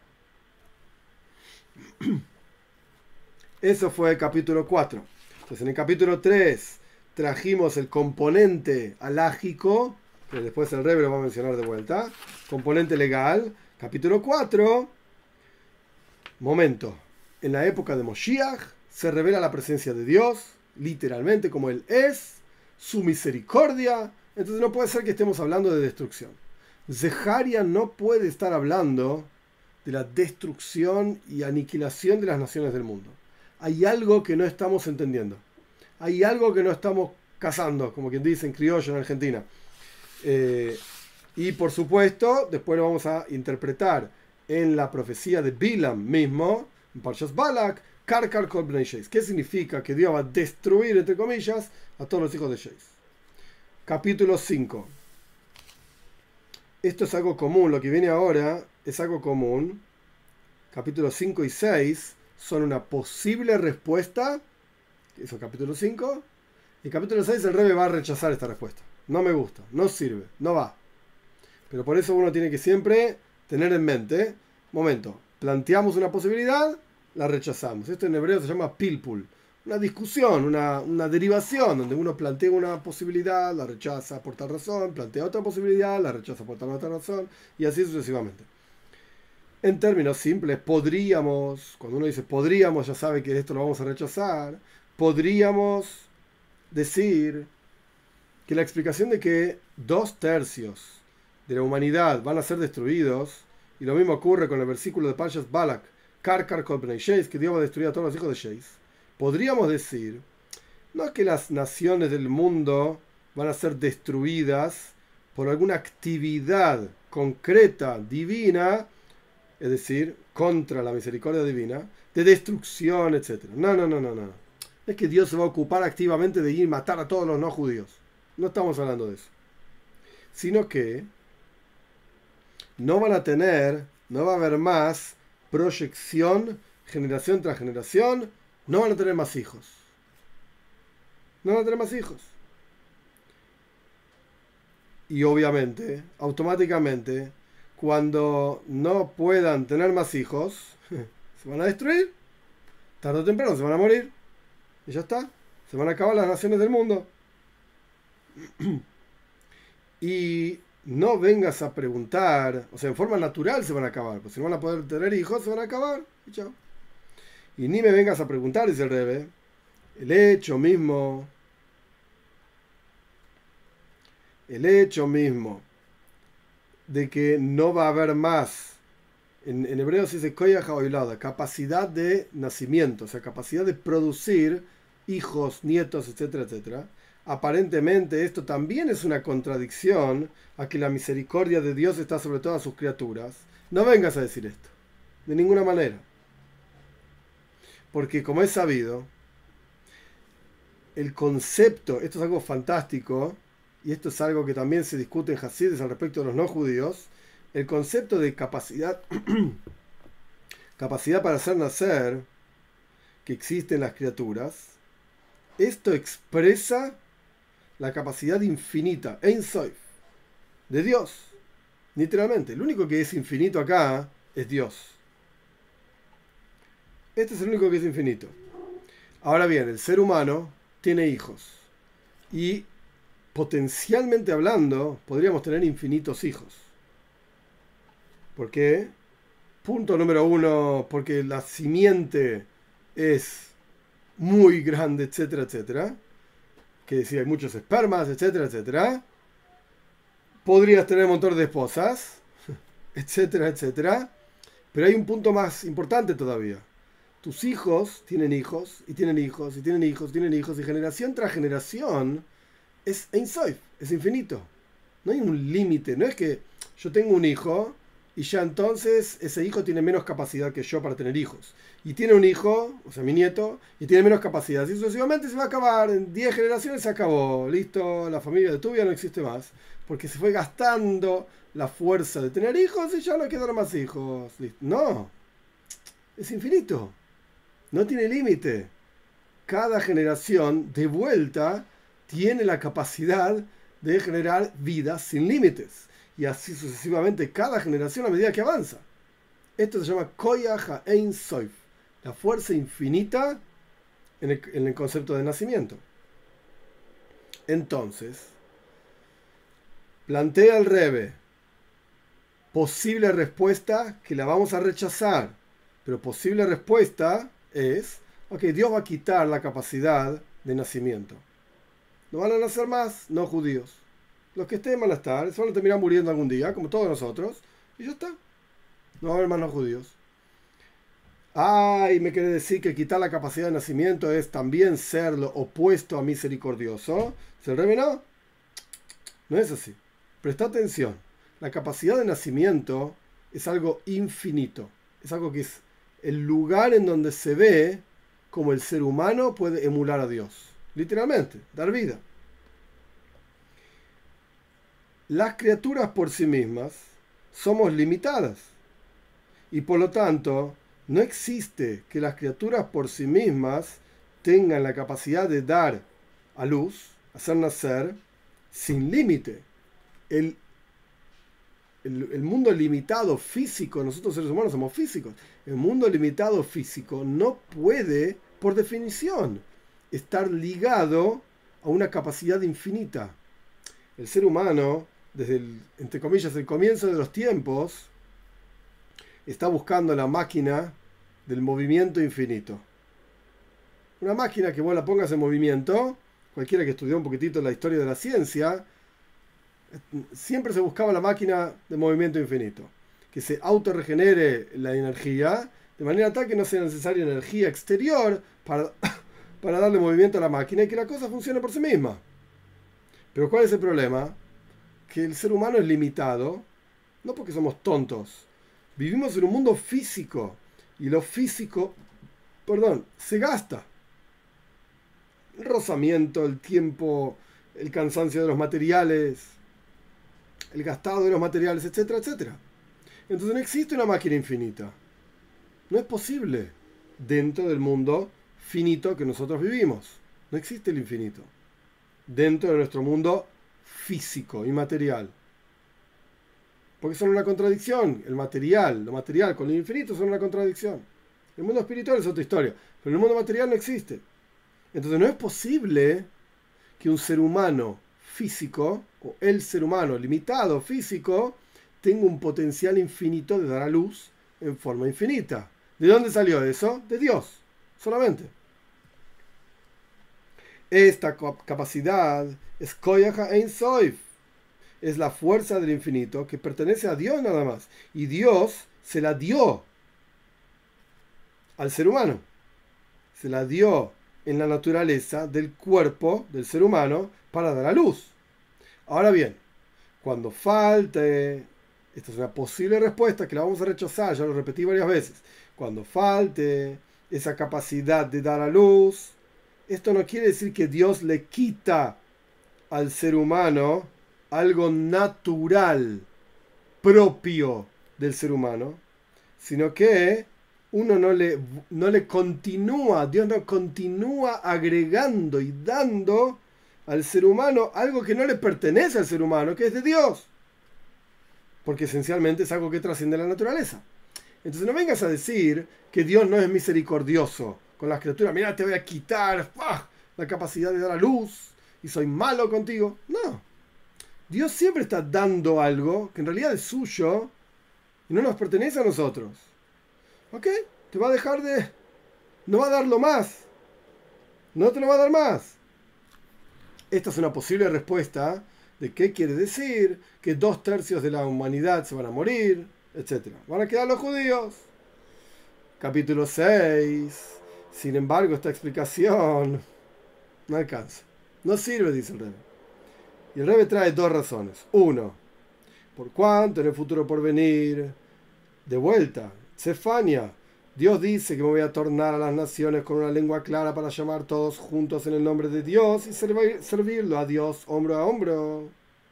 Eso fue el capítulo cuatro. Entonces en el capítulo tres trajimos el componente alágico, que después el Rebbe lo va a mencionar de vuelta. Componente legal. Capítulo cuatro. Momento. En la época de Moshiach se revela la presencia de Dios, literalmente como Él es, su misericordia. Entonces no puede ser que estemos hablando de destrucción. Zeharia no puede estar hablando de la destrucción y aniquilación de las naciones del mundo. Hay algo que no estamos entendiendo. Hay algo que no estamos cazando, como quien dice en criollo en Argentina. Eh, y por supuesto, después lo vamos a interpretar en la profecía de Bilam mismo, en Parshas Balak, Karkar Kol Bnei Sheis. ¿Qué significa? Que Dios va a destruir, entre comillas, a todos los hijos de Sheis. Capítulo cinco. Esto es algo común, lo que viene ahora es algo común. Capítulos cinco y seis son una posible respuesta. Eso es capítulo cinco. Y capítulo seis el Rebbe va a rechazar esta respuesta. No me gusta, no sirve, no va. Pero por eso uno tiene que siempre tener en mente, momento, planteamos una posibilidad, la rechazamos. Esto en hebreo se llama pilpul. Una discusión, una, una derivación, donde uno plantea una posibilidad, la rechaza por tal razón, plantea otra posibilidad, la rechaza por tal otra razón, y así sucesivamente. En términos simples, podríamos, cuando uno dice podríamos, ya sabe que esto lo vamos a rechazar, podríamos decir que la explicación de que dos tercios de la humanidad van a ser destruidos, y lo mismo ocurre con el versículo de Parshas Balak, Karkar Kol Bnei Sheis, que Dios va a destruir a todos los hijos de Sheis. Podríamos decir, no es que las naciones del mundo van a ser destruidas por alguna actividad concreta, divina, es decir, contra la misericordia divina, de destrucción, etcétera. No, no, no, no, no. Es que Dios se va a ocupar activamente de ir a matar a todos los no judíos. No estamos hablando de eso. Sino que no van a tener, no va a haber más proyección, generación tras generación, no van a tener más hijos. No van a tener más hijos. Y obviamente, automáticamente, cuando no puedan tener más hijos, se van a destruir. Tarde o temprano se van a morir. Y ya está. Se van a acabar las naciones del mundo. Y no vengas a preguntar, o sea, en forma natural se van a acabar, pues si no van a poder tener hijos, se van a acabar, y chao. Y ni me vengas a preguntar, dice el Rebbe, el hecho mismo, el hecho mismo de que no va a haber más, en, en hebreo se dice koyach ha'olada, capacidad de nacimiento, o sea, capacidad de producir hijos, nietos, etcétera, etcétera. Aparentemente esto también es una contradicción a que la misericordia de Dios está sobre todas sus criaturas. No vengas a decir esto, de ninguna manera. Porque como es sabido, el concepto, esto es algo fantástico, y esto es algo que también se discute en Hasidus al respecto de los no judíos, el concepto de capacidad, capacidad para hacer nacer que existe en las criaturas, esto expresa la capacidad infinita, Ein Sof, de Dios. Literalmente, el único que es infinito acá es Dios. Este es el único que es infinito. Ahora bien, el ser humano tiene hijos. Y potencialmente hablando, podríamos tener infinitos hijos. ¿Por qué? Punto número uno, porque la simiente es muy grande, etcétera, etcétera. Que decir, hay muchos espermas, etcétera, etcétera. Podrías tener un montón de esposas, etcétera, etcétera. Pero hay un punto más importante todavía. Tus hijos tienen hijos, y tienen hijos, y tienen hijos, y tienen hijos, y generación tras generación es Ein Sof, es infinito. No hay un límite, no es que yo tengo un hijo y ya entonces ese hijo tiene menos capacidad que yo para tener hijos. Y tiene un hijo, o sea, mi nieto, y tiene menos capacidad. Y sucesivamente se va a acabar, en diez generaciones se acabó, listo, la familia de tu vida no existe más, porque se fue gastando la fuerza de tener hijos y ya no quedaron más hijos. Listo. No, es infinito, no tiene límite. Cada generación de vuelta tiene la capacidad de generar vidas sin límites. Y así sucesivamente cada generación a medida que avanza. Esto se llama Koyach HaEin Sof, la fuerza infinita en el, en el concepto de nacimiento. Entonces, plantea el Rebbe posible respuesta que la vamos a rechazar, pero posible respuesta es, ok, Dios va a quitar la capacidad de nacimiento. No van a nacer más no judíos. Los que estén van a estar, se van a terminar muriendo algún día, como todos nosotros, y ya está. No va a haber más no judíos. Ay, me quiere decir que quitar la capacidad de nacimiento es también ser lo opuesto a misericordioso. ¿Se reve no? No es así. Presta atención. La capacidad de nacimiento es algo infinito. Es algo que es el lugar en donde se ve como el ser humano puede emular a Dios. Literalmente, dar vida. Las criaturas por sí mismas somos limitadas. Y por lo tanto, no existe que las criaturas por sí mismas tengan la capacidad de dar a luz, hacer nacer, sin límite. El, el, el mundo limitado físico, nosotros seres humanos somos físicos, el mundo limitado físico no puede, por definición, estar ligado a una capacidad infinita. El ser humano, desde el, entre comillas, el comienzo de los tiempos, está buscando la máquina del movimiento infinito. Una máquina que vos la pongas en movimiento, cualquiera que estudió un poquitito la historia de la ciencia, siempre se buscaba la máquina de movimiento infinito, que se autorregenere la energía, de manera tal que no sea necesaria energía exterior para, para darle movimiento a la máquina y que la cosa funcione por sí misma. Pero ¿cuál es el problema? Que el ser humano es limitado, no porque somos tontos. Vivimos en un mundo físico y lo físico, perdón, se gasta. El rozamiento, el tiempo, el cansancio de los materiales, el gastado de los materiales, etcétera, etcétera. Entonces no existe una máquina infinita. No es posible dentro del mundo finito que nosotros vivimos. No existe el infinito dentro de nuestro mundo físico y material. Porque son una contradicción. El material, lo material con lo infinito son una contradicción. El mundo espiritual es otra historia, pero el mundo material no existe. Entonces no es posible que un ser humano físico, o el ser humano limitado físico, tenga un potencial infinito de dar a luz en forma infinita. ¿De dónde salió eso? De Dios, solamente. Esta capacidad es Koyach HaEin Sof, es la fuerza del infinito que pertenece a Dios nada más. Y Dios se la dio al ser humano. Se la dio en la naturaleza del cuerpo del ser humano para dar a luz. Ahora bien, cuando falte, esta es una posible respuesta que la vamos a rechazar, ya lo repetí varias veces, cuando falte esa capacidad de dar a luz, esto no quiere decir que Dios le quita al ser humano algo natural, propio del ser humano, sino que uno no le, no le continúa, Dios no continúa agregando y dando al ser humano algo que no le pertenece al ser humano, que es de Dios, porque esencialmente es algo que trasciende la naturaleza. Entonces no vengas a decir que Dios no es misericordioso con las criaturas. Mira, te voy a quitar ¡pah! La capacidad de dar a luz y soy malo contigo. No. Dios siempre está dando algo que en realidad es suyo y no nos pertenece a nosotros. ¿Ok? Te va a dejar de... No va a darlo más. No te lo va a dar más. Esta es una posible respuesta de qué quiere decir que dos tercios de la humanidad se van a morir, etcétera. Van a quedar los judíos. Capítulo seis. Sin embargo, esta explicación no alcanza. No sirve, dice el Rebbe. Y el Rebbe trae dos razones. Uno, por cuanto en el futuro por venir, de vuelta, Cefania, Dios dice que me voy a tornar a las naciones con una lengua clara para llamar todos juntos en el nombre de Dios y servir, servirlo a Dios hombro a hombro.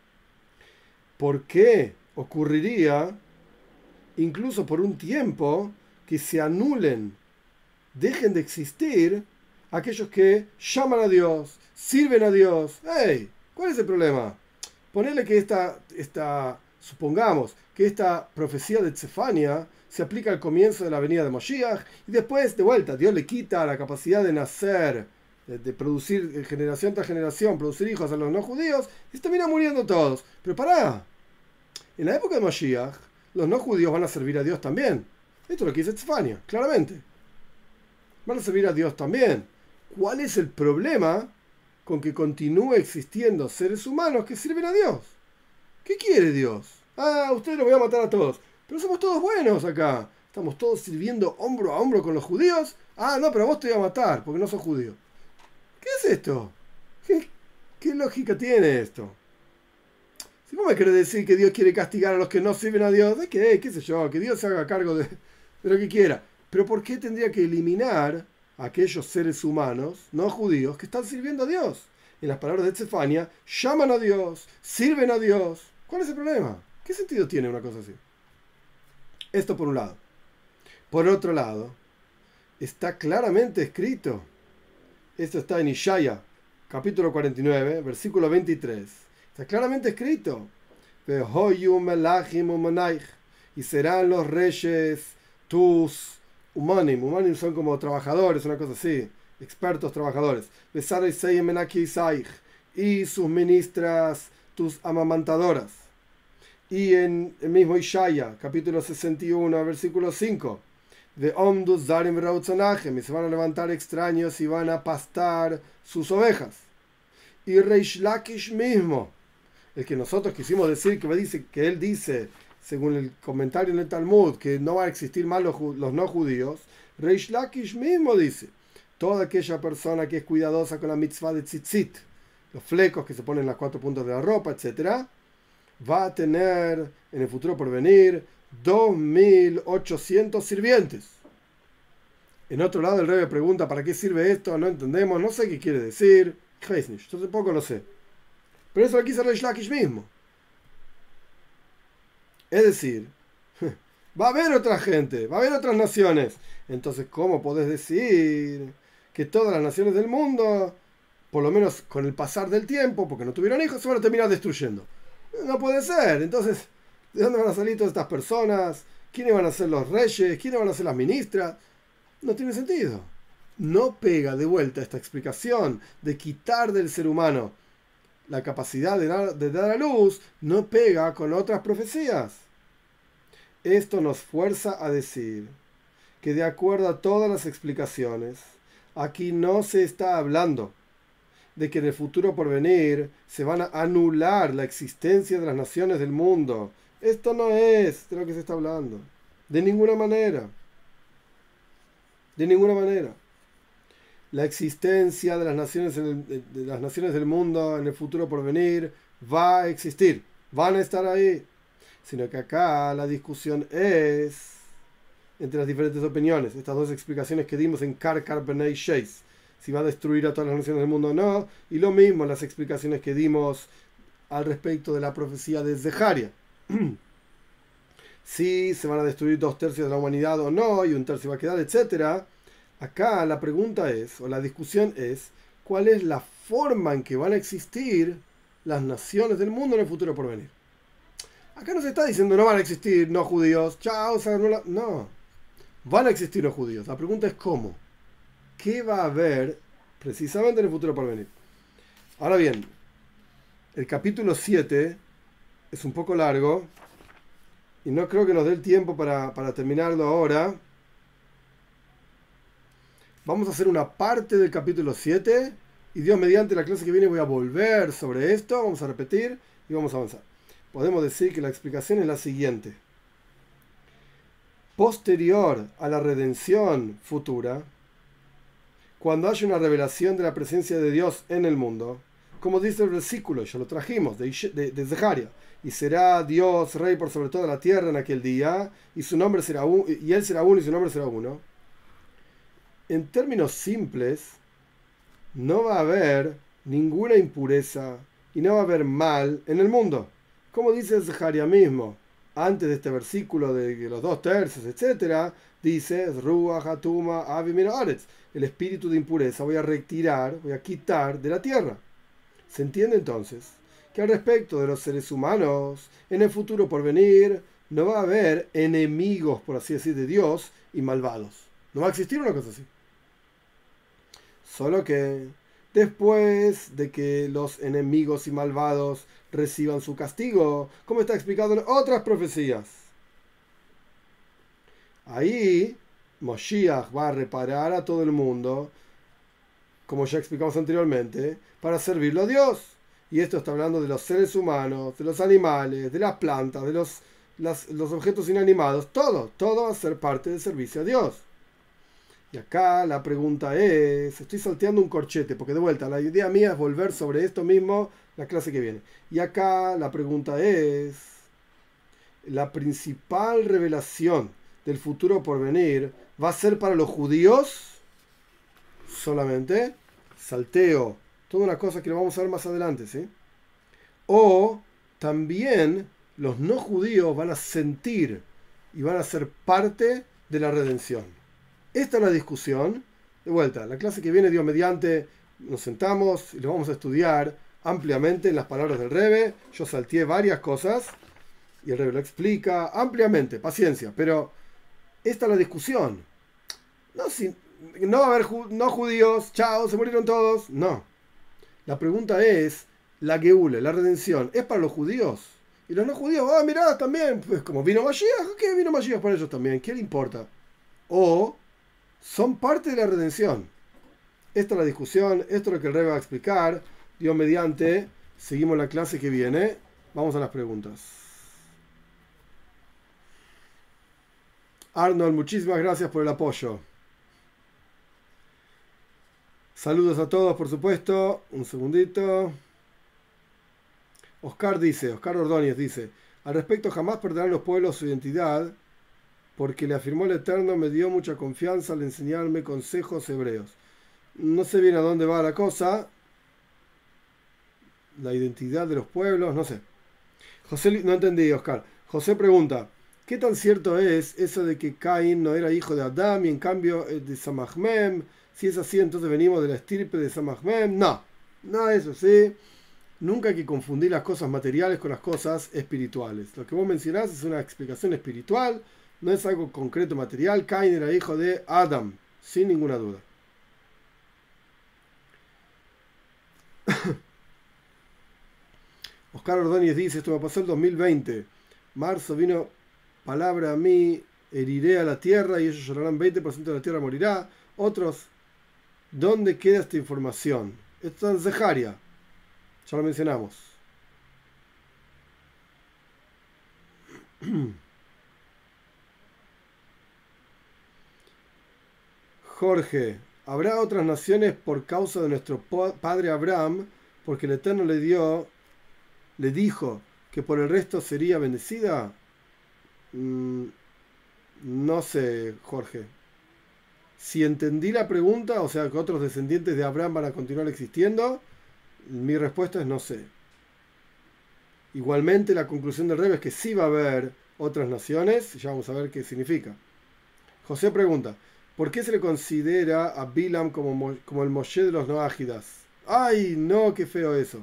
¿Por qué ocurriría, incluso por un tiempo, que se anulen, dejen de existir aquellos que llaman a Dios, sirven a Dios? ¡Hey! ¿Cuál es el problema? Ponerle que esta, esta, supongamos que esta profecía de Cefania se aplica al comienzo de la venida de Moshiach y después, de vuelta, Dios le quita la capacidad de nacer, de, de producir generación tras generación, producir hijos a los no judíos y se terminan muriendo todos. Pero pará, en la época de Moshiach, los no judíos van a servir a Dios también. Esto es lo que dice Cefania, claramente. Van a servir a Dios también. ¿Cuál es el problema con que continúe existiendo seres humanos que sirven a Dios? ¿Qué quiere Dios? Ah, ustedes los voy a matar a todos. Pero somos todos buenos acá. Estamos todos sirviendo hombro a hombro con los judíos. Ah, no, pero a vos te voy a matar porque no sos judío. ¿Qué es esto? ¿Qué, qué lógica tiene esto? Si vos me querés decir que Dios quiere castigar a los que no sirven a Dios, ¿de qué? ¿Qué sé yo? Que Dios se haga cargo de, de lo que quiera. Pero ¿por qué tendría que eliminar a aquellos seres humanos, no judíos, que están sirviendo a Dios? En las palabras de Cefania, llaman a Dios, sirven a Dios. ¿Cuál es el problema? ¿Qué sentido tiene una cosa así? Esto por un lado. Por otro lado, está claramente escrito, esto está en Ishaya, capítulo cuarenta y nueve, versículo veintitrés. Está claramente escrito, y serán los reyes tus humanim. Humanim son como trabajadores, una cosa así, expertos trabajadores. Y sus ministras, tus amamantadoras. Y en el mismo Ishaya, capítulo sesenta y uno, versículo cinco, de Omdus Zarim Rautzanachem, y se van a levantar extraños y van a pastar sus ovejas. Y Reish Lakish mismo, el que nosotros quisimos decir, que, me dice, que él dice, según el comentario en el Talmud, que no va a existir más los, los no judíos, Reish Lakish mismo dice, toda aquella persona que es cuidadosa con la mitzvah de tzitzit, los flecos que se ponen en las cuatro puntas de la ropa, etcétera, va a tener en el futuro por venir dos mil ochocientos sirvientes. En otro lado el Rebbe pregunta ¿para qué sirve esto? No entendemos, no sé qué quiere decir. Yo tampoco lo sé. Pero eso lo quiso Reish Lakish mismo. Es decir, va a haber otra gente, va a haber otras naciones. Entonces, ¿cómo podés decir que todas las naciones del mundo, por lo menos con el pasar del tiempo, porque no tuvieron hijos, se van a terminar destruyendo? No puede ser. Entonces, ¿de dónde van a salir todas estas personas? ¿Quiénes van a ser los reyes? ¿Quiénes van a ser las ministras? No tiene sentido. No pega de vuelta esta explicación de quitar del ser humano la capacidad de dar, de dar a luz, no pega con otras profecías. Esto nos fuerza a decir que de acuerdo a todas las explicaciones, aquí no se está hablando de que en el futuro por venir se van a anular la existencia de las naciones del mundo. Esto no es de lo que se está hablando. De ninguna manera. De ninguna manera. La existencia de las naciones, en el, de las naciones del mundo en el futuro por venir va a existir. Van a estar ahí. Sino que acá la discusión es entre las diferentes opiniones. Estas dos explicaciones que dimos en Karkar Benei Sheis, si va a destruir a todas las naciones del mundo o no, y lo mismo las explicaciones que dimos al respecto de la profecía de Zeharia. Si se van a destruir dos tercios de la humanidad o no, y un tercio va a quedar, etcétera. Acá la pregunta es, o la discusión es, ¿cuál es la forma en que van a existir las naciones del mundo en el futuro por venir? Acá no se está diciendo no van a existir no judíos, chao, se anula. No. Van a existir los judíos. La pregunta es cómo. ¿Qué va a haber precisamente en el futuro por venir? Ahora bien, el capítulo siete es un poco largo y no creo que nos dé el tiempo para, para terminarlo ahora. Vamos a hacer una parte del capítulo siete y Dios mediante la clase que viene voy a volver sobre esto, vamos a repetir y vamos a avanzar. Podemos decir que la explicación es la siguiente. Posterior a la redención futura, cuando haya una revelación de la presencia de Dios en el mundo, como dice el versículo, ya lo trajimos, de, de, de Zeharia, y será Dios rey por sobre toda la tierra en aquel día, y su nombre será un, y él será uno y su nombre será uno. En términos simples, no va a haber ninguna impureza y no va a haber mal en el mundo. Como dice Zeharia mismo, antes de este versículo de los dos tercios, etcétera, dice, Ruach Hatuma Avi Min Haaretz, el espíritu de impureza voy a retirar, voy a quitar de la tierra. Se entiende entonces que al respecto de los seres humanos, en el futuro por venir, no va a haber enemigos, por así decir, de Dios y malvados. No va a existir una cosa así. Solo que después de que los enemigos y malvados reciban su castigo, como está explicado en otras profecías, ahí Moshiach va a reparar a todo el mundo, como ya explicamos anteriormente, para servirlo a Dios. Y esto está hablando de los seres humanos, de los animales, de las plantas, de los, las, los objetos inanimados, todo, todo va a ser parte del servicio a Dios. Y acá la pregunta es, estoy salteando un corchete, porque de vuelta, la idea mía es volver sobre esto mismo la clase que viene. Y acá la pregunta es, la principal revelación del futuro por venir va a ser para los judíos solamente, salteo, toda una cosa que lo vamos a ver más adelante, ¿sí? O también los no judíos van a sentir y van a ser parte de la redención. Esta es la discusión. De vuelta, la clase que viene, Dios mediante, nos sentamos y lo vamos a estudiar ampliamente en las palabras del Rebbe. Yo salteé varias cosas y el Rebbe lo explica ampliamente, paciencia, pero esta es la discusión. No, si, no va a haber ju- no judíos, chao, se murieron todos. No. La pregunta es, la Geule, la redención, ¿es para los judíos? Y los no judíos, ah, mirá, también, pues como vino Mashiach, ¿qué vino Mashiach para ellos también? ¿Qué le importa? O son parte de la redención. Esta es la discusión, esto es lo que el Rebbe va a explicar. Dios mediante, seguimos la clase que viene. Vamos a las preguntas. Arnold, muchísimas gracias por el apoyo. Saludos a todos, por supuesto. Un segundito. Oscar dice, Oscar Ordóñez dice, al respecto jamás perderán los pueblos su identidad, porque le afirmó el Eterno, me dio mucha confianza al enseñarme consejos hebreos. No sé bien a dónde va la cosa. La identidad de los pueblos, no sé. José, no entendí, Oscar. José pregunta, ¿qué tan cierto es eso de que Caín no era hijo de Adán y en cambio de Samachmem? Si es así, entonces venimos de la estirpe de Samachmem. No, no es así. Nunca hay que confundir las cosas materiales con las cosas espirituales. Lo que vos mencionás es una explicación espiritual, no es algo concreto material. Caín era hijo de Adán, sin ninguna duda. Oscar Ordóñez dice, esto me pasó el dos mil veinte. Marzo vino palabra a mí, heriré a la tierra y ellos llorarán, veinte por ciento de la tierra morirá. Otros, ¿dónde queda esta información? Esto es en Zeharia. Ya lo mencionamos. Jorge, ¿habrá otras naciones por causa de nuestro padre Abraham? Porque el Eterno le dio, le dijo que por el resto sería bendecida. Mm, no sé, Jorge. Si entendí la pregunta, o sea que otros descendientes de Abraham van a continuar existiendo, mi respuesta es no sé. Igualmente la conclusión del Rebbe es que sí va a haber otras naciones, ya vamos a ver qué significa. José pregunta, ¿por qué se le considera a Bilam como, como el Moshe de los Noágidas? ¡Ay, no, qué feo eso!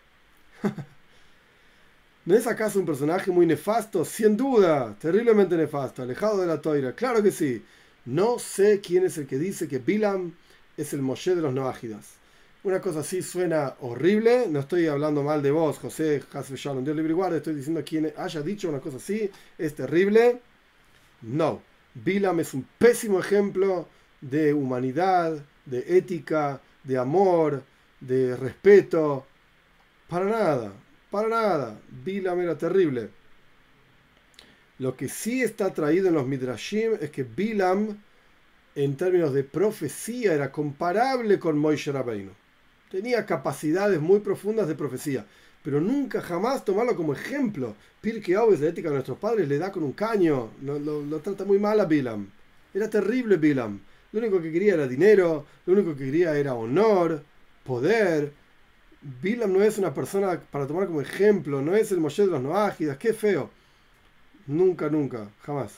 ¿No es acaso un personaje muy nefasto? Sin duda, terriblemente nefasto, alejado de la toira. Claro que sí. No sé quién es el que dice que Bilam es el Moshe de los Noágidas. Una cosa así suena horrible. No estoy hablando mal de vos, José Hasbe Shalom, Dios libre y guarde. Estoy diciendo quien haya dicho una cosa así es terrible. No. Bilam es un pésimo ejemplo de humanidad, de ética, de amor, de respeto. Para nada, para nada. Bilam era terrible. Lo que sí está traído en los Midrashim es que Bilam, en términos de profecía, era comparable con Moshe Rabbeinu. Tenía capacidades muy profundas de profecía, pero nunca jamás tomarlo como ejemplo. Pirkei Avos, la ética de nuestros padres, le da con un caño, lo, lo, lo trata muy mal a Bilam. Era terrible Bilam. Lo único que quería era dinero, lo único que quería era honor, poder. Bilam no es una persona para tomar como ejemplo, no es el Moshe de los Noágidas, qué feo. Nunca, nunca, jamás.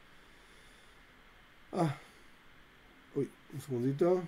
Ah. Uy, un segundito.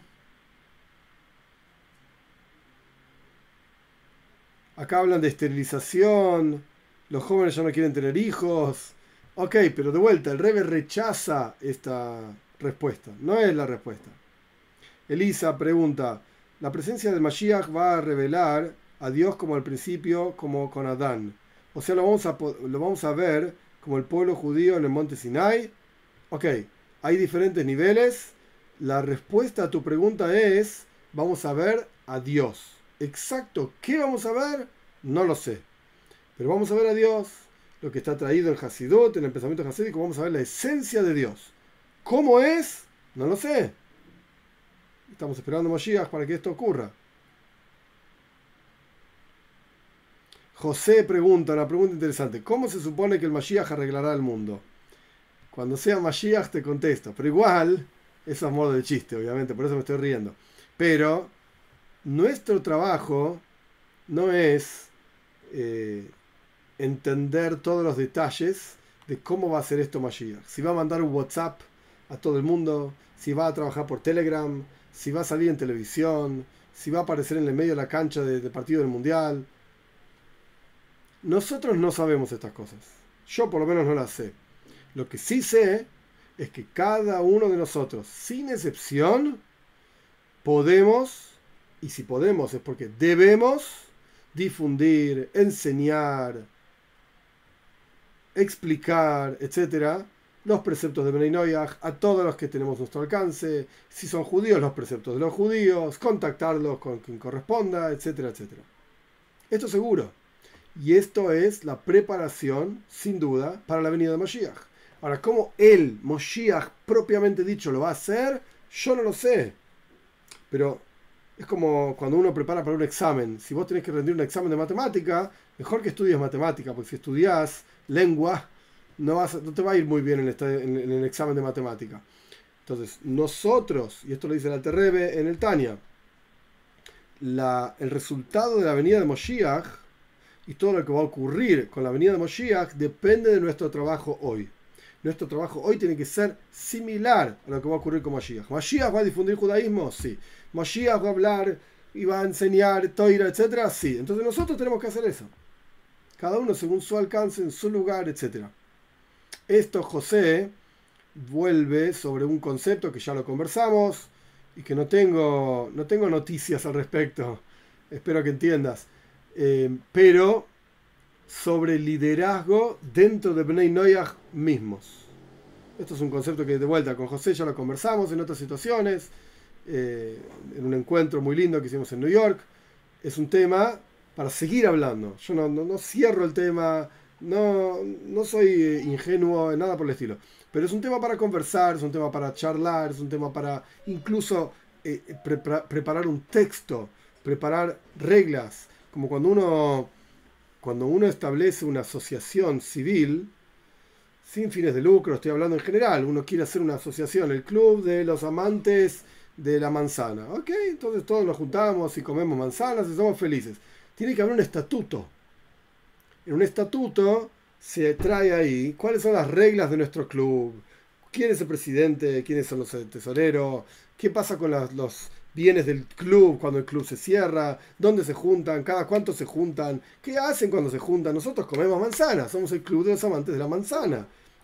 Acá hablan de esterilización, los jóvenes ya no quieren tener hijos. Ok, pero de vuelta, el Rebbe rechaza esta respuesta, no es la respuesta. Elisa pregunta, ¿la presencia del Mashiach va a revelar a Dios como al principio, como con Adán? O sea, lo vamos a, lo vamos a ver como el pueblo judío en el monte Sinai. Ok, hay diferentes niveles. La respuesta a tu pregunta es, vamos a ver a Dios. Exacto, ¿qué vamos a ver? No lo sé. Pero vamos a ver a Dios, lo que está traído en Hasidut, en el pensamiento hasídico, vamos a ver la esencia de Dios. ¿Cómo es? No lo sé. Estamos esperando Mashiach para que esto ocurra. José pregunta, una pregunta interesante. ¿Cómo se supone que el Mashiach arreglará el mundo? Cuando sea Mashiach te contesto. Pero igual, eso es modo de chiste, obviamente, por eso me estoy riendo. Pero nuestro trabajo no es eh, entender todos los detalles de cómo va a ser esto Mashiach. Si va a mandar un WhatsApp a todo el mundo, si va a trabajar por Telegram, si va a salir en televisión, si va a aparecer en el medio de la cancha de, de partido del Mundial. Nosotros no sabemos estas cosas. Yo por lo menos no las sé. Lo que sí sé es que cada uno de nosotros, sin excepción, podemos, y si podemos es porque debemos, difundir, enseñar, explicar, etcétera, los preceptos de Bnei Noach a todos los que tenemos a nuestro alcance. Si son judíos, los preceptos de los judíos, contactarlos con quien corresponda, etcétera, etcétera. Esto seguro. Y esto es la preparación, sin duda, para la venida de Mashiach. Ahora, ¿cómo él, Mashiach, propiamente dicho, lo va a hacer? Yo no lo sé. Pero es como cuando uno prepara para un examen. Si vos tenés que rendir un examen de matemática, mejor que estudies matemática, porque si estudiás lengua, no, vas a, no te va a ir muy bien en, este, en, en el examen de matemática. Entonces, nosotros, y esto lo dice el Alter Rebbe en el Tanya, la, el resultado de la venida de Mashiach y todo lo que va a ocurrir con la venida de Mashiach depende de nuestro trabajo hoy. Nuestro trabajo hoy tiene que ser similar a lo que va a ocurrir con Mashiach. ¿Mashiach va a difundir judaísmo? Sí. ¿Mashiach va a hablar y va a enseñar Toira, etcétera? Sí. Entonces nosotros tenemos que hacer eso. Cada uno según su alcance, en su lugar, etcétera. Esto José vuelve sobre un concepto que ya lo conversamos y que no tengo, no tengo noticias al respecto. Espero que entiendas. Eh, pero sobre liderazgo dentro de Bnei Noach mismos. Esto es un concepto que de vuelta con José ya lo conversamos en otras situaciones, eh, en un encuentro muy lindo que hicimos en New York. Es un tema para seguir hablando. Yo no, no, no cierro el tema, no, no soy ingenuo en nada por el estilo, pero es un tema para conversar, es un tema para charlar, es un tema para incluso eh, pre preparar un texto, preparar reglas, como cuando uno Cuando uno establece una asociación civil, sin fines de lucro, estoy hablando en general, uno quiere hacer una asociación, el club de los amantes de la manzana. Ok, entonces todos nos juntamos y comemos manzanas y somos felices. Tiene que haber un estatuto. En un estatuto se trae ahí cuáles son las reglas de nuestro club, quién es el presidente, quiénes son los tesoreros, qué pasa con las, los... bienes del club cuando el club se cierra, dónde se juntan, cada cuánto se juntan, qué hacen cuando se juntan. Nosotros comemos manzanas, somos el club de los amantes de la manzana.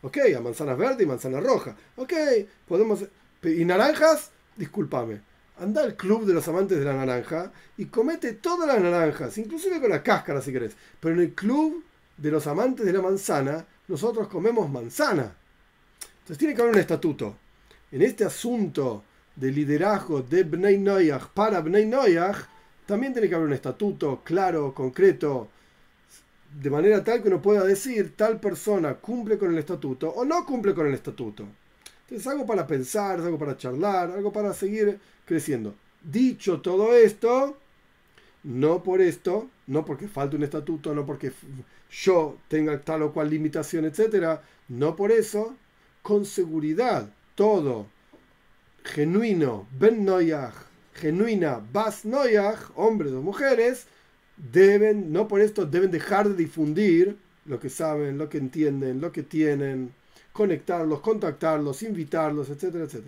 Ok, a manzanas verdes y manzanas rojas. Ok, podemos... ¿Y naranjas? Discúlpame. Anda al club de los amantes de la naranja y comete todas las naranjas, inclusive con la cáscara si querés. Pero en el club de los amantes de la manzana, nosotros comemos manzana. Entonces tiene que haber un estatuto. En este asunto de liderazgo de Bnei Noyaj para Bnei Noyaj, también tiene que haber un estatuto claro, concreto, de manera tal que uno pueda decir tal persona cumple con el estatuto o no cumple con el estatuto. Entonces algo para pensar, algo para charlar, algo para seguir creciendo. Dicho todo esto, no por esto, no porque falte un estatuto, no porque yo tenga tal o cual limitación, etcétera, no por eso, con seguridad, todo genuino, ben noyaj, genuina, bas noyaj, hombres o mujeres, deben, no por esto, deben dejar de difundir lo que saben, lo que entienden, lo que tienen, conectarlos, contactarlos, invitarlos, etcétera, etcétera.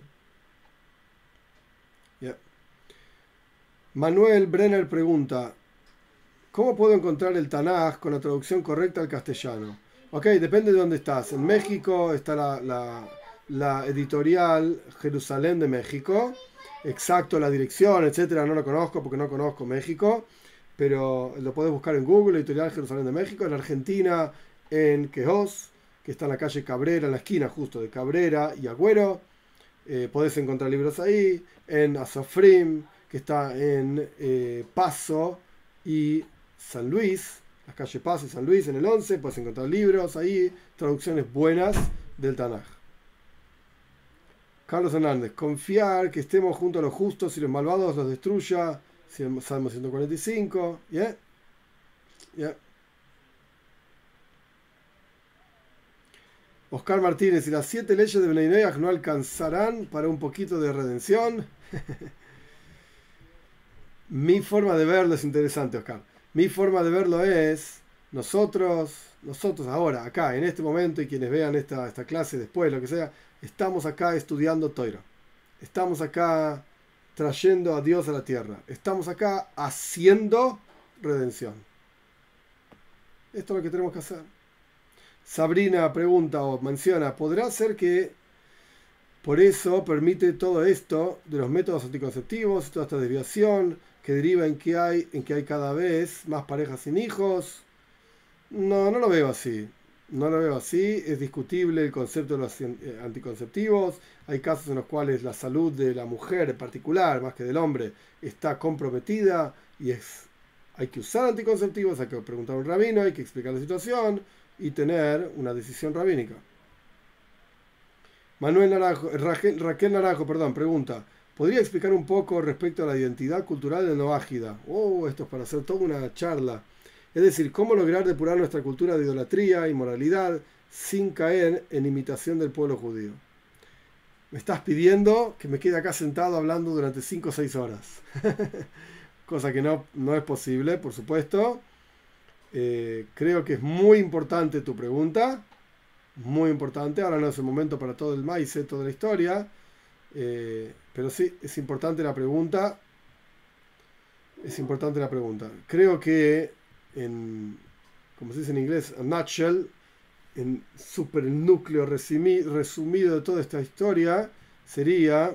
Yeah. Manuel Brenner pregunta, ¿cómo puedo encontrar el Tanaj con la traducción correcta al castellano? Ok, depende de dónde estás. En México está la, la, la editorial Jerusalén de México. Exacto, la dirección, etcétera, no lo conozco porque no conozco México, pero lo podés buscar en Google, editorial Jerusalén de México. En Argentina, en Quejos, que está en la calle Cabrera, en la esquina justo de Cabrera y Agüero. Eh, podés encontrar libros ahí. En Azofrim, que está en eh, Paso y San Luis, la calle Paso y San Luis, en el once, puedes encontrar libros ahí, traducciones buenas del Tanaj. Carlos Hernández, confiar que estemos junto a los justos y los malvados los destruya. Salmo ciento cuarenta y cinco. ¿Yeah? ¿Yeah? Oscar Martínez, y las siete leyes de Bnei Noyaj no alcanzarán para un poquito de redención. Mi forma de verlo es interesante, Oscar. Mi forma de verlo es, nosotros, nosotros ahora, acá, en este momento, y quienes vean esta, esta clase después, lo que sea, estamos acá estudiando Torah. Estamos acá trayendo a Dios a la tierra. Estamos acá haciendo redención. Esto es lo que tenemos que hacer. Sabrina pregunta o menciona, ¿podrá ser que por eso permite todo esto de los métodos anticonceptivos, toda esta desviación que deriva en que hay, en que hay cada vez más parejas sin hijos? No, no lo veo así. No lo veo así. Es discutible el concepto de los anticonceptivos. Hay casos en los cuales la salud de la mujer en particular, más que del hombre, está comprometida y es, hay que usar anticonceptivos, hay que preguntar a un rabino, hay que explicar la situación y tener una decisión rabínica. Manuel Naranjo, Raquel, Raquel Naranjo, perdón, pregunta, ¿podría explicar un poco respecto a la identidad cultural de Noágida? Oh, esto es para hacer toda una charla. Es decir, cómo lograr depurar nuestra cultura de idolatría y moralidad sin caer en imitación del pueblo judío. Me estás pidiendo que me quede acá sentado hablando durante cinco o seis horas. Cosa que no, no es posible, por supuesto. Eh, creo que es muy importante tu pregunta. Muy importante. Ahora no es el momento para todo el maíz, toda la historia. Eh, pero sí, es importante la pregunta. Es importante la pregunta. Creo que en, como se dice en inglés, a nutshell, en super núcleo resumido de toda esta historia, sería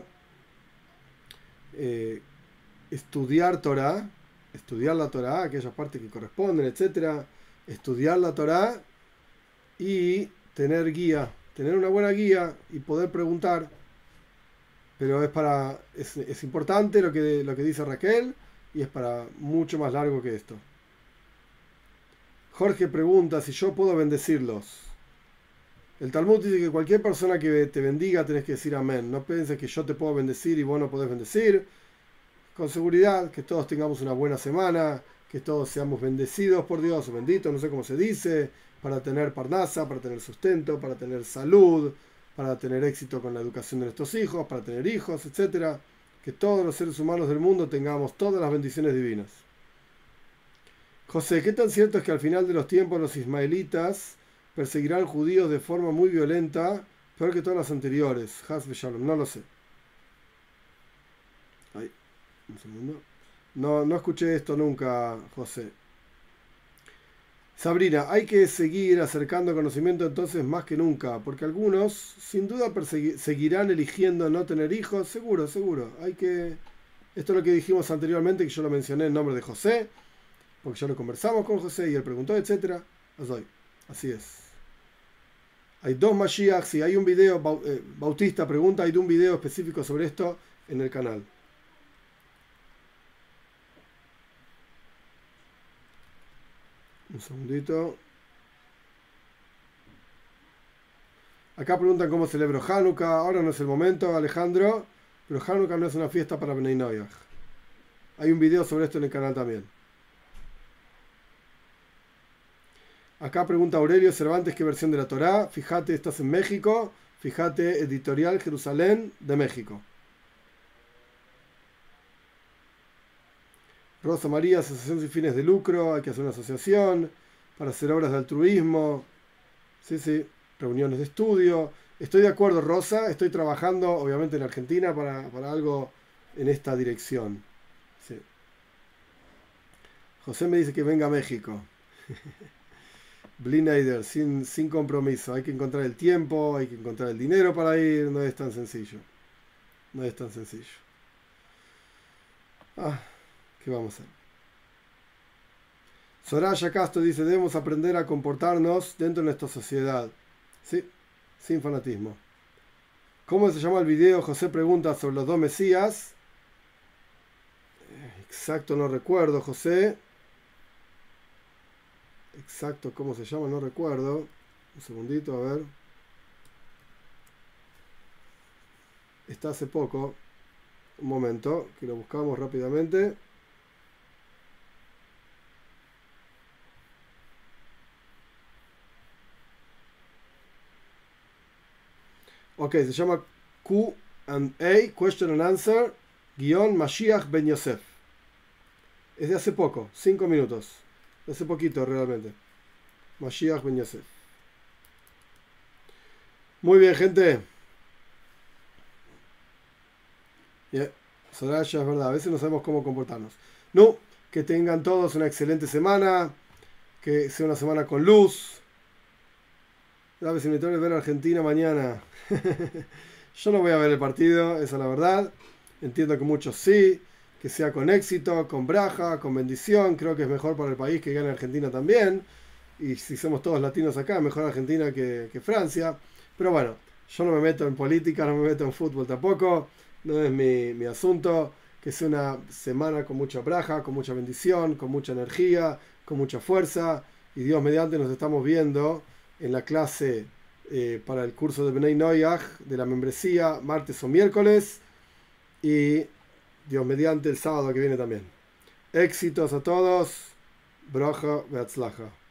eh, estudiar Torah, estudiar la Torah, aquellas partes que corresponden, etcétera, estudiar la Torah y tener guía, tener una buena guía y poder preguntar. Pero es para es, es importante lo que, lo que dice Raquel y es para mucho más largo que esto. Jorge pregunta si yo puedo bendecirlos. El Talmud dice que cualquier persona que te bendiga tenés que decir amén. No pienses que yo te puedo bendecir y vos no podés bendecir. Con seguridad, que todos tengamos una buena semana, que todos seamos bendecidos por Dios, o benditos, no sé cómo se dice, para tener parnasa, para tener sustento, para tener salud, para tener éxito con la educación de nuestros hijos, para tener hijos, etcétera. Que todos los seres humanos del mundo tengamos todas las bendiciones divinas. José, ¿qué tan cierto es que al final de los tiempos los ismaelitas perseguirán judíos de forma muy violenta, peor que todas las anteriores? Haz Shalom, no lo sé. Ay, un segundo. No, no escuché esto nunca, José. Sabrina, hay que seguir acercando conocimiento entonces más que nunca, porque algunos sin duda persegui- seguirán eligiendo no tener hijos, seguro, seguro. Hay que... Esto es lo que dijimos anteriormente, que yo lo mencioné en nombre de José, porque ya lo conversamos con José y él preguntó, etcétera. Así, así es. Hay dos Mashiachs y hay un video, eh, Bautista pregunta, hay un video específico sobre esto en el canal. Un segundito. Acá preguntan cómo celebro Hanukkah. Ahora no es el momento, Alejandro, pero Hanukkah no es una fiesta para Bnei Noyaj. Hay un video sobre esto en el canal también. Acá pregunta Aurelio Cervantes qué versión de la Torá. Fíjate, estás en México. Fíjate, Editorial Jerusalén de México. Rosa María, asociación sin fines de lucro. Hay que hacer una asociación para hacer obras de altruismo. Sí, sí. Reuniones de estudio. Estoy de acuerdo, Rosa. Estoy trabajando, obviamente, en Argentina para, para algo en esta dirección. Sí. José me dice que venga a México. Blinaider, sin, sin compromiso. Hay que encontrar el tiempo, hay que encontrar el dinero para ir. No es tan sencillo. No es tan sencillo. Ah, ¿qué vamos a hacer? Soraya Castro dice, debemos aprender a comportarnos dentro de nuestra sociedad. Sí, sin fanatismo. ¿Cómo se llama el video? José pregunta sobre los dos Mesías. Exacto, no recuerdo, José. Exacto, ¿cómo se llama? No recuerdo. Un segundito, a ver. Está hace poco. Un momento, que lo buscamos rápidamente. Ok, se llama Q and A, Question and Answer, guión Mashiach Ben Yosef. Es de hace poco, cinco minutos. De hace poquito realmente. Mashiach Ben Yosef. Muy bien, gente. Yeah. Soraya, es verdad, a veces no sabemos cómo comportarnos. No, que tengan todos una excelente semana, que sea una semana con luz. A ver si me tengo que ver a Argentina mañana. Yo no voy a ver el partido, esa es la verdad. Entiendo que muchos sí, que sea con éxito, con braja, con bendición. Creo que es mejor para el país que gane Argentina también. Y si somos todos latinos acá, mejor Argentina que, que Francia. Pero bueno, yo no me meto en política, no me meto en fútbol tampoco. No es mi, mi asunto. Que sea una semana con mucha braja, con mucha bendición, con mucha energía, con mucha fuerza. Y Dios mediante nos estamos viendo en la clase eh, para el curso de Bnei Noyaj de la membresía, martes o miércoles, y Dios mediante el sábado que viene también. Éxitos a todos. Braja, beatzlaja.